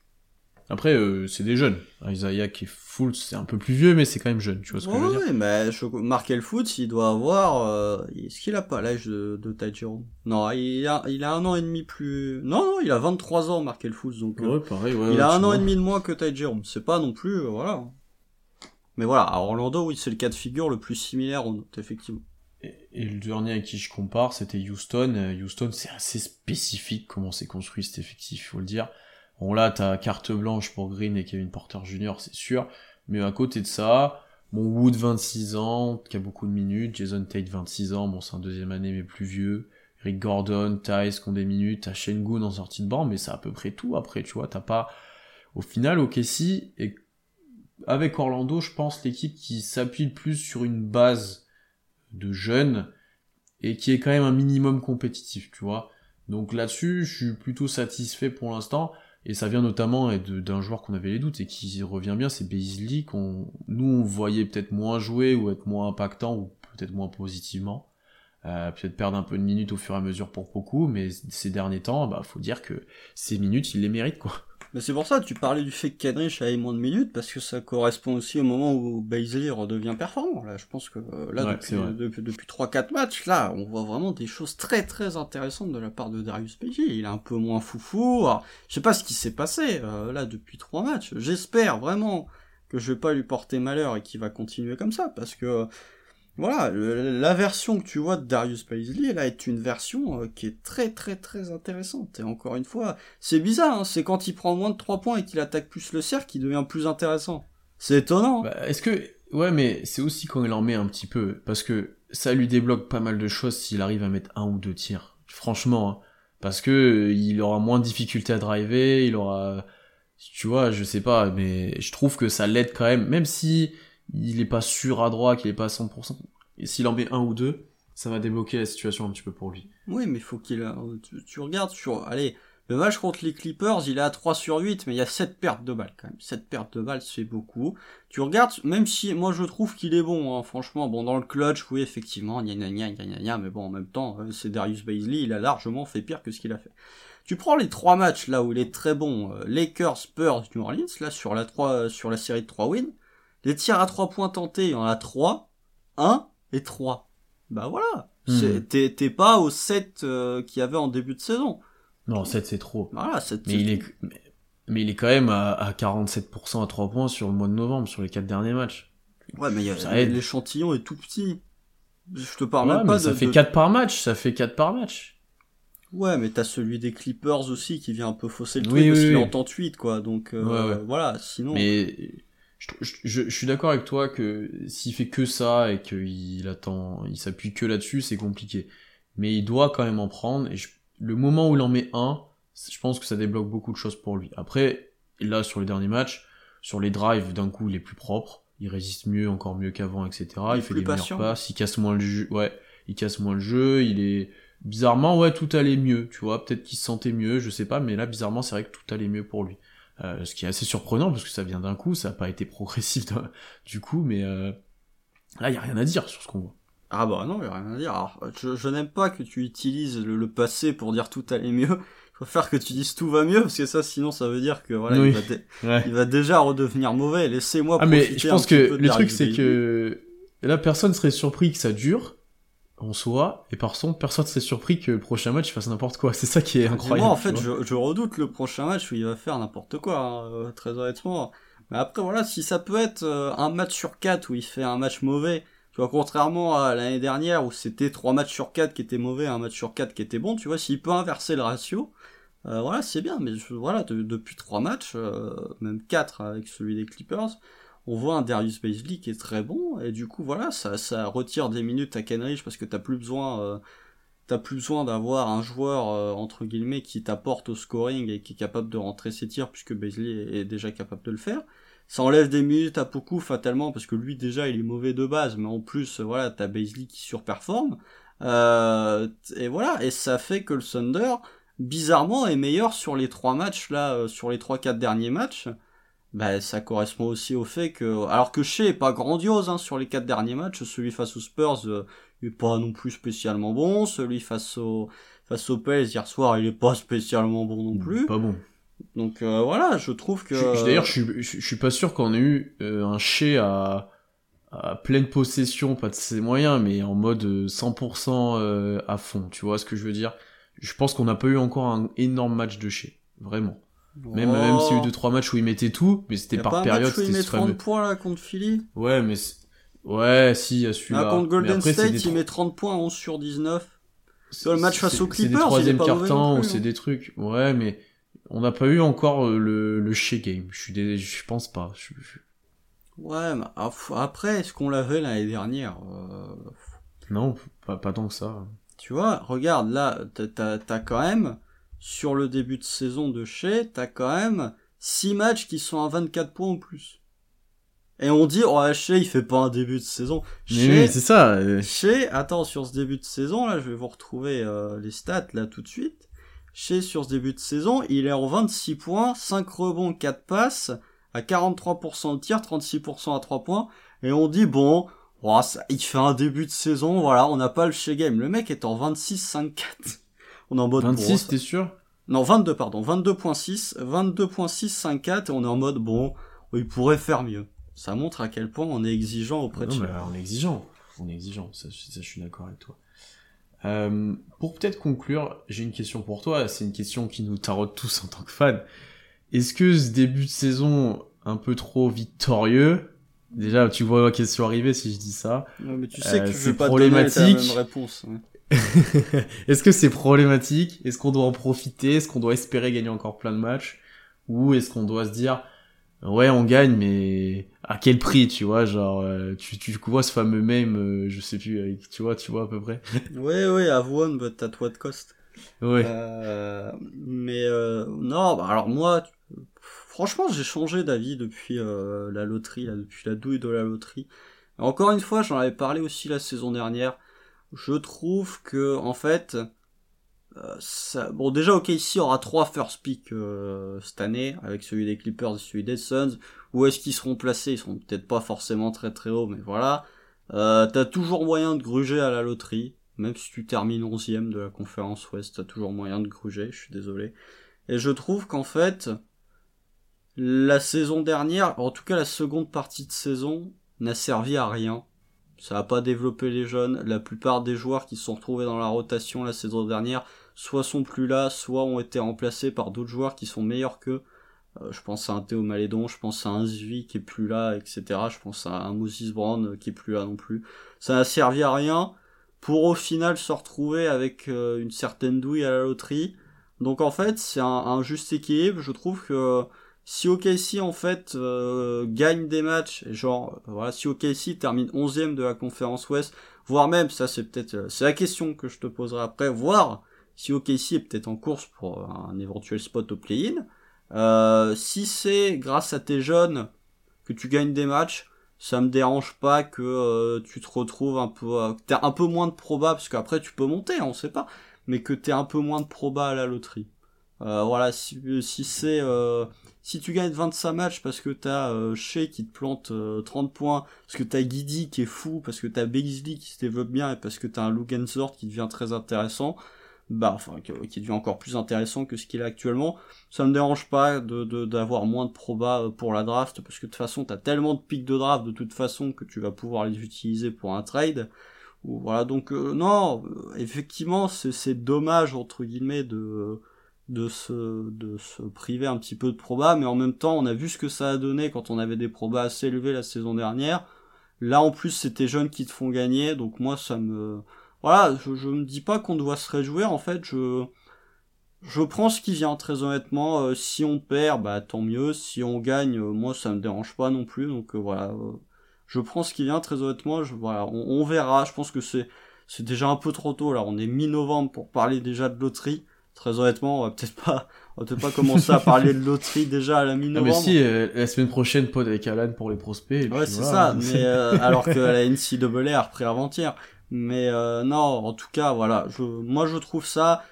Après, euh, c'est des jeunes. Isaac et Fultz, c'est un peu plus vieux, mais c'est quand même jeune, tu vois ce que ouais, je veux dire? Oui, mais je... Markel Fultz, il doit avoir... Euh... Est-ce qu'il a pas l'âge de, de Ty Jerome? Non, il a, il a un an et demi plus... Non, non, il a vingt-trois ans, Markel Fultz, donc... Ouais, pareil, ouais. il ouais, a un vois. an et demi de moins que Ty Jerome. C'est pas non plus... Euh, voilà. Mais voilà, à Orlando, oui, c'est le cas de figure le plus similaire aux notes, effectivement. Et, et le dernier avec qui je compare, c'était Houston. Euh, Houston, c'est assez spécifique comment c'est construit cet effectif, il faut le dire. Bon, là, t'as carte blanche pour Green et Kevin Porter Junior, c'est sûr. Mais à côté de ça, bon, Wood, vingt-six ans, qui a beaucoup de minutes. Jason Tate, vingt-six ans, bon, c'est un deuxième année, mais plus vieux. Rick Gordon, Tyce, qui ont des minutes. T'as Şengün en sortie de banc, mais c'est à peu près tout après, tu vois. T'as pas... Au final, O K C, et avec Orlando, je pense, l'équipe qui s'appuie le plus sur une base de jeunes et qui est quand même un minimum compétitif, tu vois. Donc là-dessus, je suis plutôt satisfait pour l'instant. Et ça vient notamment de, d'un joueur qu'on avait les doutes et qui revient bien, c'est Beasley, qu'on nous on voyait peut-être moins jouer ou être moins impactant ou peut-être moins positivement. Euh, peut-être perdre un peu de minutes au fur et à mesure pour beaucoup, mais ces derniers temps, bah faut dire que ces minutes, il les mérite, quoi. Mais c'est pour ça que tu parlais du fait que Kenrich avait moins de minutes, parce que ça correspond aussi au moment où Beasley redevient performant. Là, je pense que euh, là, Ouais, depuis, depuis, depuis trois quatre matchs, là, on voit vraiment des choses très très intéressantes de la part de Darius Beasley. Il est un peu moins foufou. Alors, je sais pas ce qui s'est passé euh, là depuis trois matchs. J'espère vraiment que je vais pas lui porter malheur et qu'il va continuer comme ça, parce que voilà, le, la version que tu vois de Darius Beasley, là, est une version euh, qui est très très très intéressante. Et encore une fois, c'est bizarre, hein, c'est quand il prend moins de trois points et qu'il attaque plus le cercle qu'il devient plus intéressant. C'est étonnant. Bah, est-ce que... Ouais, mais c'est aussi quand il en met un petit peu, parce que ça lui débloque pas mal de choses s'il arrive à mettre un ou deux tirs. Franchement, hein, parce que il aura moins de difficultés à driver, il aura... Tu vois, je sais pas, mais je trouve que ça l'aide quand même, même si... il est pas sûr à droite, qu'il est pas à cent pour cent. Et s'il en met un ou deux, ça va débloquer la situation un petit peu pour lui. Oui, mais faut qu'il... Tu, tu regardes sur... Allez, le match contre les Clippers, il est à trois sur huit, mais il y a sept pertes de balles quand même. sept pertes de balles, c'est beaucoup. Tu regardes, même si moi je trouve qu'il est bon, hein, franchement, bon, dans le clutch, oui, effectivement, gna gna gna gna gna, mais bon, en même temps, c'est Darius Beasley, il a largement fait pire que ce qu'il a fait. Tu prends les trois matchs, là où il est très bon, euh, Lakers, Spurs, New Orleans, là, sur la, trois, sur la série de trois wins, les tirs à trois points tentés, il y en a trois, un, et trois. Bah voilà, Hmm. c'est, t'es, t'es pas au sept euh, qu'il y avait en début de saison. Non, sept c'est trop. Voilà, sept, Mais il est, mais, mais il est quand même à, à quarante-sept pour cent à trois points sur le mois de novembre, sur les quatre derniers matchs. Ouais, mais y a, Ça aide. l'échantillon est tout petit. Je te parle Ouais, même pas mais de... ça fait de... quatre par match, ça fait quatre par match. Ouais, mais t'as celui des Clippers aussi qui vient un peu fausser le Oui, truc parce oui, qu'il oui. est en temps huit, quoi. Donc, euh, Ouais, ouais. voilà, sinon... Mais je, je, je, je suis d'accord avec toi que s'il fait que ça et qu'il attend, il s'appuie que là-dessus, c'est compliqué. Mais il doit quand même en prendre. Et je, le moment où il en met un, je pense que ça débloque beaucoup de choses pour lui. Après, là, sur les derniers matchs, sur les drives, d'un coup, il est plus propre. Il résiste mieux, encore mieux qu'avant, et cetera. Il est Il fait plus des patient. meilleures passes, il casse moins le jeu. Ouais, il casse moins le jeu. Il est bizarrement, ouais, tout allait mieux. Tu vois, peut-être qu'il se sentait mieux, je sais pas. Mais là, bizarrement, c'est vrai que tout allait mieux pour lui. Euh, ce qui est assez surprenant parce que ça vient d'un coup, ça n'a pas été progressif d'un- du coup, mais euh, là, il n'y a rien à dire sur ce qu'on voit. Ah bah non, y a rien à dire. Alors, je, je n'aime pas que tu utilises le, le passé pour dire tout allait mieux. Il faut faire que tu dises tout va mieux, parce que ça, sinon, ça veut dire que voilà, Oui. il, va dé- Ouais. il va déjà redevenir mauvais. Laissez-moi Ah, profiter mais je un pense petit que peu de le la truc, Darius c'est Bazley. que là, personne serait surpris que ça dure en soi, et par contre, personne serait surpris que le prochain match fasse n'importe quoi. C'est ça qui est Et incroyable. moi, en tu fait, vois. je, je redoute le prochain match où il va faire n'importe quoi, hein, euh, très honnêtement. Mais après, voilà, si ça peut être euh, un match sur quatre où il fait un match mauvais, tu vois, contrairement à l'année dernière où c'était trois matchs sur quatre qui étaient mauvais, un match sur quatre qui était bon, tu vois, s'il peut inverser le ratio, euh, voilà, c'est bien. Mais je- voilà, de- depuis trois matchs, euh, même quatre avec celui des Clippers, on voit un Darius Bazley qui est très bon, et du coup, voilà, ça, ça retire des minutes à Kenrich parce que t'as plus besoin... euh, T'as plus besoin d'avoir un joueur, euh, entre guillemets, qui t'apporte au scoring et qui est capable de rentrer ses tirs, puisque Bazley est, est déjà capable de le faire. Ça enlève des minutes à Poku, fatalement, parce que lui, déjà, il est mauvais de base, mais en plus, euh, voilà, t'as Bazley qui surperforme. Euh, et voilà, et ça fait que le Thunder, bizarrement, est meilleur sur les trois matchs, là, euh, sur les trois quatre derniers matchs. Bah, ça correspond aussi au fait que, alors que Shea est pas grandiose, hein, sur les quatre derniers matchs, celui face aux Spurs, euh, il est pas non plus spécialement bon, celui face aux, face aux Pels hier soir, il est pas spécialement bon non plus. Pas bon. Donc, euh, voilà, je trouve que... Je- je- D'ailleurs, je suis, je, je suis pas sûr qu'on ait eu euh, un Shea à, à pleine possession, pas de ses moyens, mais en mode euh, cent pour cent euh, à fond. Tu vois ce que je veux dire? Je pense qu'on n'a pas eu encore un énorme match de Shea. Vraiment. Même, Oh, même s'il y a eu deux trois matchs où il mettait tout, mais y c'était a par pas un période, match où il c'était met ce fameux. trente points, là, contre Philly? Ouais, mais c'est- ouais, si, il y a celui-là. Là, contre Mais Golden après, c'est State, des il tro- met trente points, onze sur dix-neuf. c'est- le match face c'est- aux C'est des Clippers, il est troisième pas mauvais quart-temps non ou plus, c'est hein. des trucs. Ouais, mais on n'a pas eu encore euh, le, le Shea game. Je suis des... je pense pas. Je- je- Ouais, mais af- après, est-ce qu'on l'avait l'année dernière? Euh, Non, pas, pas tant que ça. Tu vois, regarde, là, t'as- t'as t'as quand même, sur le début de saison de Shea, t'as quand même six matchs qui sont à vingt-quatre points ou plus. Et on dit, oh, Shea, il fait pas un début de saison. Mais Shea, oui, c'est ça. euh, Shea, attends, sur ce début de saison, là, je vais vous retrouver euh, les stats, là, tout de suite. Shea, sur ce début de saison, il est en vingt-six points, cinq rebonds, quatre passes, à quarante-trois pour cent de tir, trente-six pour cent à trois points. Et on dit, bon, oh, ça, il fait un début de saison, voilà, on n'a pas le Shea game. Le mec est en vingt-six cinq quatre. On est en mode, bon, vingt-six, ça- t'es sûr? non, vingt-deux, pardon, vingt-deux virgule six, vingt-deux virgule six cinq quatre, et on est en mode, bon, il pourrait faire mieux. Ça montre à quel point on est exigeant auprès de Non, Shea. mais on est exigeant. On est exigeant. Ça, ça, je suis d'accord avec toi. Euh, pour peut-être conclure, j'ai une question pour toi. C'est une question qui nous taraude tous en tant que fans. Est-ce que ce début de saison un peu trop victorieux, déjà tu vois la question arriver si je dis ça, Ouais, mais tu sais Euh, que je c'est vais pas te donner la problématique. même réponse. Ouais. est-ce que c'est problématique? Est-ce qu'on doit en profiter? Est-ce qu'on doit espérer gagner encore plein de matchs? Ou est-ce qu'on doit se dire, ouais, on gagne, mais à quel prix, tu vois, genre, euh, tu, tu vois ce fameux meme, euh, je sais plus, avec- tu vois, tu vois à peu près. Ouais, ouais, have won, but at what cost? Ouais. Euh, mais euh, non, bah, alors moi, tu- franchement, j'ai changé d'avis depuis euh, la loterie, là, depuis la douille de la loterie. Encore une fois, j'en avais parlé aussi la saison dernière. Je trouve que, en fait, euh, ça... bon, déjà, O K C aura trois first picks euh, cette année, avec celui des Clippers et celui des Suns. Où est-ce qu'ils seront placés? Ils seront peut-être pas forcément très très hauts, mais voilà. Euh, t'as toujours moyen de gruger à la loterie. Même si tu termines onzième de la conférence Ouest, t'as toujours moyen de gruger, je suis désolé. Et je trouve qu'en fait, la saison dernière, en tout cas la seconde partie de saison, n'a servi à rien. Ça a pas développé les jeunes. La plupart des joueurs qui se sont retrouvés dans la rotation la saison dernière, soit sont plus là, soit ont été remplacés par d'autres joueurs qui sont meilleurs qu'eux. Euh, je pense à un Théo Malédon, je pense à un Zvi qui est plus là, et cetera. Je pense à un Moses Brown qui est plus là non plus. Ça n'a servi à rien pour au final se retrouver avec euh, une certaine douille à la loterie. Donc en fait, c'est un, un juste équilibre. Je trouve que si O K C en fait euh, gagne des matchs, genre voilà, si O K C termine onzième de la conférence Ouest, voire même, ça c'est peut-être c'est la question que je te poserai après, voire si O K C est peut-être en course pour un éventuel spot au play-in, euh, si c'est grâce à tes jeunes que tu gagnes des matchs, ça me dérange pas que euh, tu te retrouves un peu euh, t'as un peu moins de proba, parce qu'après tu peux monter, on sait pas, mais que t'aies un peu moins de proba à la loterie. Euh, voilà, si, si c'est euh, si tu gagnes vingt-cinq matchs parce que t'as euh, Shea qui te plante euh, trente points, parce que t'as Guidi qui est fou, parce que t'as Beasley qui se développe bien, et parce que t'as un Lugensort qui devient très intéressant, bah enfin qui, qui devient encore plus intéressant que ce qu'il a actuellement, ça me dérange pas de, de d'avoir moins de proba pour la draft, parce que de toute façon t'as tellement de pics de draft de toute façon que tu vas pouvoir les utiliser pour un trade. Ou voilà, donc euh, non, effectivement c'est c'est dommage entre guillemets de de se de se priver un petit peu de proba, mais en même temps on a vu ce que ça a donné quand on avait des probas assez élevés la saison dernière. Là en plus c'est tes jeunes qui te font gagner, donc moi ça me voilà, je, je me dis pas qu'on doit se réjouir, en fait je je prends ce qui vient très honnêtement. Euh, si on perd bah tant mieux, si on gagne euh, moi ça me dérange pas non plus, donc euh, voilà euh, je prends ce qui vient très honnêtement. Je voilà, on, on verra, je pense que c'est c'est déjà un peu trop tôt là, on est mi-novembre pour parler déjà de loterie. Très honnêtement, on va peut-être pas, on va peut-être pas commencer à parler de loterie déjà à la mi-novembre. Ah mais si, euh, la semaine prochaine, pod avec Alan pour les prospects. Et ouais, puis c'est voilà. ça. Mais euh, alors que la N C A A a repris avant-hier. Mais euh, non, en tout cas, voilà. Je, moi, je trouve ça.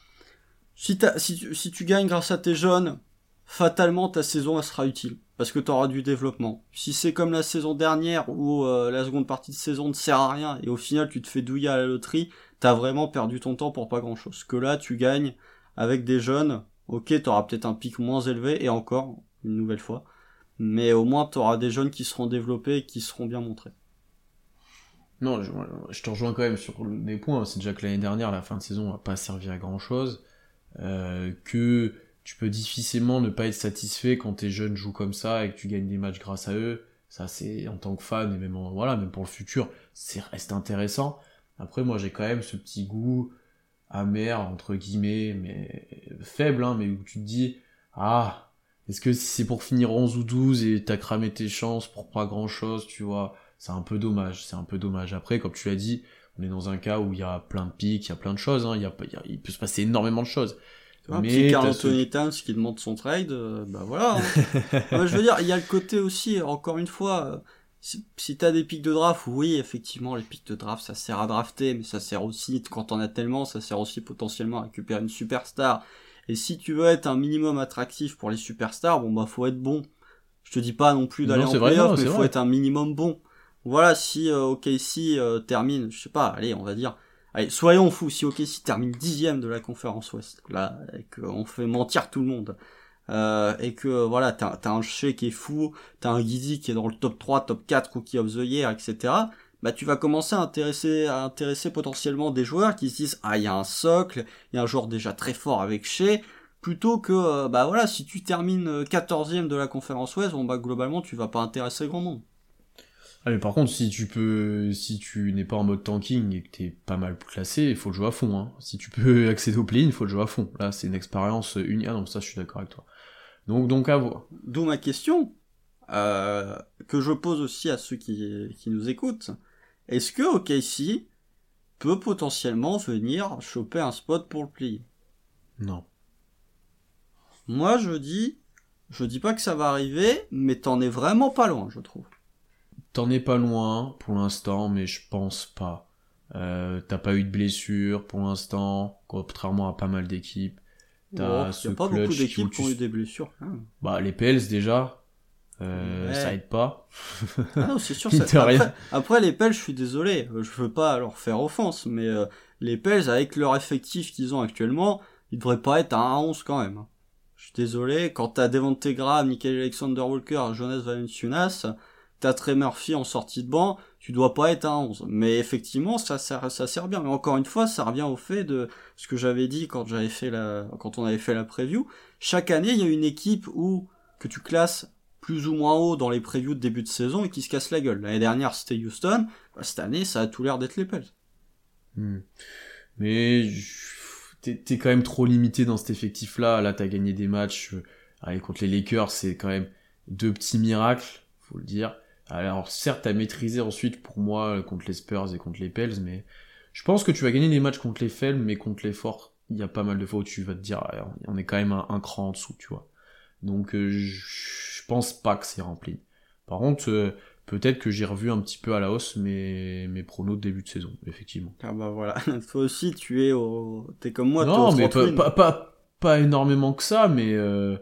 Si, t'as, si, tu, si tu gagnes grâce à tes jeunes, fatalement ta saison elle sera utile parce que tu auras du développement. Si c'est comme la saison dernière où euh, la seconde partie de saison ne sert à rien et au final tu te fais douiller à la loterie, t'as vraiment perdu ton temps pour pas grand chose. Que là tu gagnes avec des jeunes, ok, t'auras peut-être un pic moins élevé et encore une nouvelle fois, mais au moins t'auras des jeunes qui seront développés et qui seront bien montrés. Non, je, je te rejoins quand même sur des points. C'est déjà que l'année dernière la fin de saison n'a pas servi à grand chose, euh, que tu peux difficilement ne pas être satisfait quand tes jeunes jouent comme ça et que tu gagnes des matchs grâce à eux. Ça, c'est en tant que fan et même en, voilà, même pour le futur, c'est reste intéressant. Après, moi, j'ai quand même ce petit goût amer entre guillemets, mais faible, hein, mais où tu te dis ah, est-ce que si c'est pour finir onze ou douze et t'as cramé tes chances pour pas grand-chose, tu vois, c'est un peu dommage. C'est un peu dommage. Après, comme tu l'as dit, on est dans un cas où il y a plein de pics, il y a plein de choses. Hein, il y a, il, y a, il peut se passer énormément de choses. Un petit Karl Anthony Towns ce... qui demande son trade, euh, bah voilà. Hein. Ouais, je veux dire, il y a le côté aussi, encore une fois, euh, si, si t'as des pics de draft, oui, effectivement, les pics de draft, ça sert à drafter, mais ça sert aussi, quand t'en as tellement, ça sert aussi potentiellement à récupérer une superstar. Et si tu veux être un minimum attractif pour les superstars, bon bah faut être bon. Je te dis pas non plus d'aller non, en playoff, mais faut vrai. être un minimum bon. Voilà, si euh, O K C euh, termine, je sais pas, allez, on va dire... Allez, soyons fous, si O K C termine dixième de la conférence Ouest, là, et qu'on fait mentir tout le monde, euh, et que, voilà, t'as, t'as un Shea qui est fou, t'as un Guidi qui est dans le top trois, top quatre, Rookie of the Year, et cetera, bah, tu vas commencer à intéresser, à intéresser potentiellement des joueurs qui se disent, ah, il y a un socle, il y a un joueur déjà très fort avec Shea, plutôt que, euh, bah, voilà, si tu termines quatorzième de la conférence Ouest, bon, bah, globalement, tu vas pas intéresser grand monde. Ah mais par contre, si tu peux, si tu n'es pas en mode tanking et que t'es pas mal classé, il faut le jouer à fond, hein. Si tu peux accéder au play-in, il faut le jouer à fond. Là, c'est une expérience unique. Ah non, ça, je suis d'accord avec toi. Donc, donc à voir. D'où ma question, euh, que je pose aussi à ceux qui, qui nous écoutent. Est-ce que O K C peut potentiellement venir choper un spot pour le play-in? Non. Moi, je dis, je dis pas que ça va arriver, mais t'en es vraiment pas loin, je trouve. T'en es pas loin pour l'instant, mais je pense pas. Euh, t'as pas eu de blessure pour l'instant, contrairement à pas mal d'équipes. T'as oh, ce y a pas beaucoup d'équipes qui ont eu des blessures. Hein. Bah les P L déjà, euh, ouais. Ça aide pas. Ah non, c'est sûr. Ça... Après, après les P L, je suis désolé, je veux pas leur faire offense, mais euh, les P L avec leur effectif qu'ils ont actuellement, ils devraient pas être à un onze quand même. Je suis désolé, quand t'as Devontae Graham, Nickeil Alexander Walker, Jonas Valanciunas, t'as Trey Murphy en sortie de banc, tu dois pas être à onze. Mais effectivement, ça sert, ça sert bien. Mais encore une fois, ça revient au fait de ce que j'avais dit quand j'avais fait la, quand on avait fait la preview. Chaque année, il y a une équipe où, que tu classes plus ou moins haut dans les previews de début de saison et qui se casse la gueule. L'année dernière, c'était Houston. Bah, cette année, ça a tout l'air d'être les Pels. Hmm. Mais, t'es, t'es quand même trop limité dans cet effectif-là. Là, t'as gagné des matchs, euh, allez, contre les Lakers, c'est quand même deux petits miracles, faut le dire. Alors certes, t'as maîtrisé ensuite pour moi contre les Spurs et contre les Pels, mais je pense que tu vas gagner des matchs contre les faibles, mais contre les forts, il y a pas mal de fois où tu vas te dire, ah, on est quand même un, un cran en dessous, tu vois. Donc euh, je pense pas que c'est rempli. Par contre, euh, peut-être que j'ai revu un petit peu à la hausse mes, mes pronos de début de saison, effectivement. Ah bah voilà, toi aussi tu es au... T'es comme moi, non, t'es au mais trente pas, pas, pas, pas énormément que ça, mais... Euh...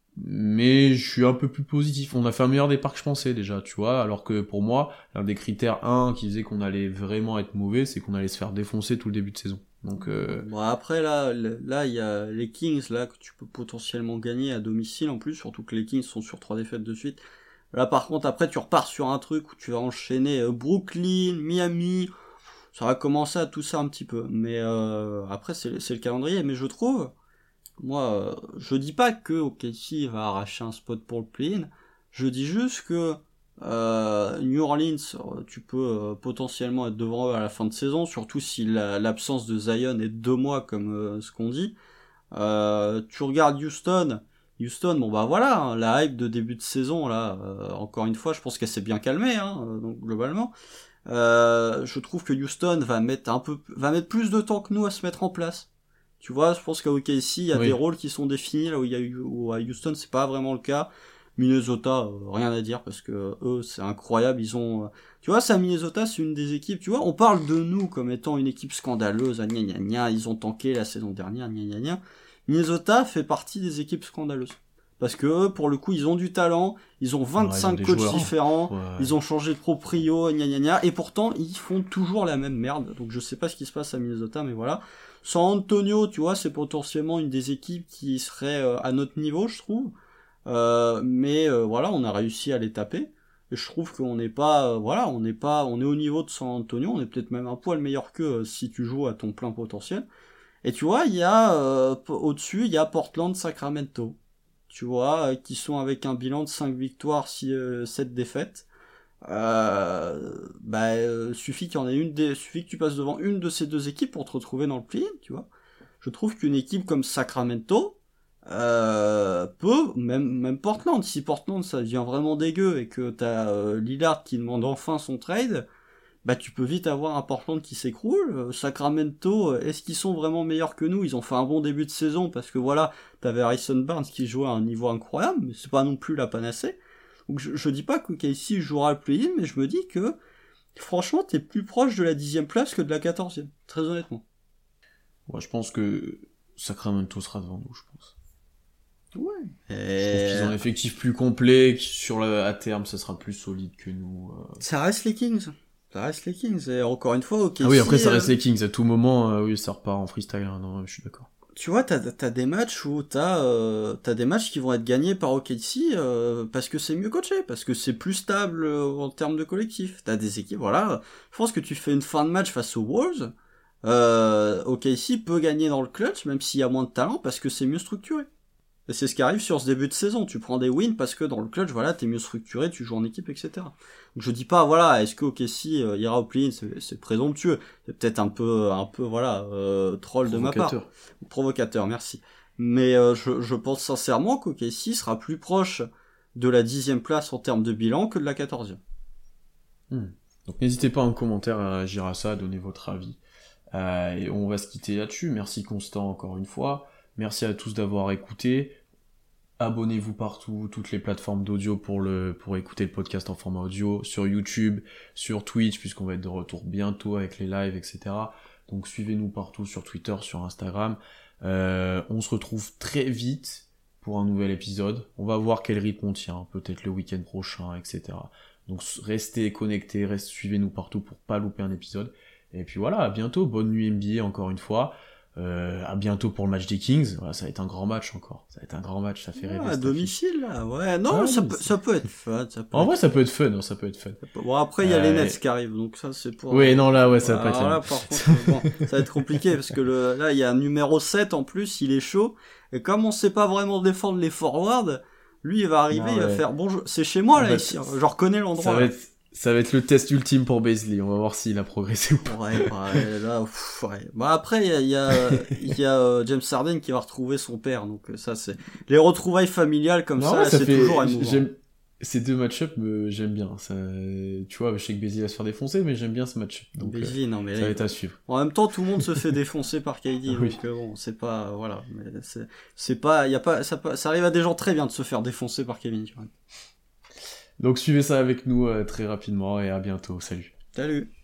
Mais je suis un peu plus positif. On a fait un meilleur départ que je pensais déjà, tu vois. Alors que pour moi, l'un des critères un qui faisait qu'on allait vraiment être mauvais, c'est qu'on allait se faire défoncer tout le début de saison. Donc euh... bon après là, là il y a les Kings là que tu peux potentiellement gagner à domicile en plus, surtout que les Kings sont sur trois défaites de suite. Là par contre après tu repars sur un truc où tu vas enchaîner Brooklyn, Miami. Ça va commencer à tout ça un petit peu. Mais euh, après c'est c'est le calendrier. Mais je trouve. Moi, euh, je dis pas que O K C va arracher un spot pour le play-in, je dis juste que euh, New Orleans, tu peux euh, potentiellement être devant eux à la fin de saison, surtout si la, l'absence de Zion est de deux mois comme euh, ce qu'on dit. Euh, tu regardes Houston, Houston, bon bah voilà, hein, la hype de début de saison là, euh, encore une fois, je pense qu'elle s'est bien calmée, hein, donc globalement. Euh, je trouve que Houston va mettre un peu, va mettre plus de temps que nous à se mettre en place. Tu vois, je pense qu'à O K C, il y a oui. des rôles qui sont définis, là où il y a eu, où à Houston, c'est pas vraiment le cas. Minnesota, euh, rien à dire, parce que eux, c'est incroyable, ils ont, euh... tu vois, ça, Minnesota, c'est une des équipes, tu vois, on parle de nous comme étant une équipe scandaleuse, gna gna gna, ils ont tanké la saison dernière, gna gna gna. Minnesota fait partie des équipes scandaleuses. Parce que eux, pour le coup, ils ont du talent, ils ont vingt-cinq ouais, ils ont coachs joueurs. différents, ouais. Ils ont changé de proprio, gna gna gna, et pourtant, ils font toujours la même merde. Donc je sais pas ce qui se passe à Minnesota, mais voilà. San Antonio, tu vois, c'est potentiellement une des équipes qui serait euh, à notre niveau, je trouve. Euh, mais euh, voilà, on a réussi à les taper. Et je trouve qu'on n'est pas, euh, voilà, on n'est pas, on est au niveau de San Antonio, on est peut-être même un poil meilleur qu'eux euh, si tu joues à ton plein potentiel. Et tu vois, il y a euh, au-dessus, il y a Portland, Sacramento, tu vois, euh, qui sont avec un bilan de cinq victoires, six, euh, sept défaites. Euh, bah, euh, suffit qu'il y en ait une des, suffit que tu passes devant une de ces deux équipes pour te retrouver dans le play-in, tu vois. Je trouve qu'une équipe comme Sacramento, euh, peut, même, même Portland, si Portland ça devient vraiment dégueu et que t'as euh, Lillard qui demande enfin son trade, bah tu peux vite avoir un Portland qui s'écroule. Sacramento, est-ce qu'ils sont vraiment meilleurs que nous? Ils ont fait un bon début de saison parce que voilà, t'avais Harrison Barnes qui jouait à un niveau incroyable, mais c'est pas non plus la panacée. Donc je, je dis pas que K C jouera le play-in, mais je me dis que franchement t'es plus proche de la dixième place que de la quatorzième, très honnêtement. Ouais, je pense que Sacramento sera devant nous, je pense. Ouais. Et... Je trouve qu'ils ont un effectif plus complet, sur le, à terme ça sera plus solide que nous. Euh... Ça reste les Kings. Ça reste les Kings, et encore une fois, ok. Ah oui, après ça reste euh... les Kings, à tout moment, euh, oui, ça repart en freestyle, hein, non, je suis d'accord. Tu vois, t'as, t'as des matchs où t'as, euh, t'as des matchs qui vont être gagnés par O K C, euh, parce que c'est mieux coaché, parce que c'est plus stable euh, en termes de collectif. T'as des équipes, voilà. Je pense que tu fais une fin de match face aux Wolves, euh, O K C peut gagner dans le clutch, même s'il y a moins de talent, parce que c'est mieux structuré. Et c'est ce qui arrive sur ce début de saison. Tu prends des wins parce que dans le clutch, voilà, t'es mieux structuré, tu joues en équipe, et cetera. Donc je dis pas, voilà, est-ce que O K C euh, ira au play-in, c'est, c'est présomptueux. C'est peut-être un peu, un peu, voilà, euh, troll de ma part. Provocateur, merci. Mais euh, je, je pense sincèrement qu'O K C sera plus proche de la dixième place en termes de bilan que de la quatorzième. Hmm. Donc n'hésitez pas en commentaire à réagir à ça, à donner votre avis. Euh, et on va se quitter là-dessus. Merci Constant encore une fois. Merci à tous d'avoir écouté. Abonnez-vous partout, toutes les plateformes d'audio pour le pour écouter le podcast en format audio, sur YouTube, sur Twitch, puisqu'on va être de retour bientôt avec les lives, et cetera. Donc suivez-nous partout sur Twitter, sur Instagram. Euh, on se retrouve très vite pour un nouvel épisode. On va voir quel rythme on tient, peut-être le week-end prochain, et cetera. Donc restez connectés, restez, suivez-nous partout pour pas louper un épisode. Et puis voilà, à bientôt, bonne nuit N B A encore une fois. Euh, à bientôt pour le match des Kings. Voilà, ça va être un grand match encore. Ça va être un grand match, ça fait rêver. Ah, à domicile, là, ouais. Non, ah, ça, non peut, ça peut être fun. Ça peut en être... vrai, ça peut être fun, hein, ça peut être fun. Peut... Bon, après, il y a euh, les Nets et... qui arrivent, donc ça, c'est pour... Oui, non, là, ouais, ça va Alors, pas être là, par contre, bon, ça va être compliqué, parce que le, là, il y a un numéro sept, en plus, il est chaud, et comme on sait pas vraiment défendre les forwards, lui, il va arriver, non, il ouais. va faire, bon, je... c'est chez moi, en là, fait, ici, je reconnais l'endroit. Ça va être... Ça va être le test ultime pour Bazley. On va voir s'il a progressé ou pas. Ouais, ouais là, pff, ouais. Bah après, il y a, il y a, il y a euh, James Harden qui va retrouver son père. Donc ça, c'est les retrouvailles familiales comme non, ça, ouais, ça c'est fait... toujours émouvant. J'aime... Ces deux match-up, euh, j'aime bien. Ça... Tu vois, je sais que Bazley va se faire défoncer, mais j'aime bien ce match-up. Donc Bazley, euh, non, mais ça là, va être à suivre. En même temps, tout le monde se fait défoncer par K D. Oui. Donc euh, bon, c'est pas, voilà, mais c'est, c'est pas, il y a pas, ça, ça arrive à des gens très bien de se faire défoncer par Kevin Durant. Donc suivez ça avec nous euh, très rapidement et à bientôt. Salut. Salut.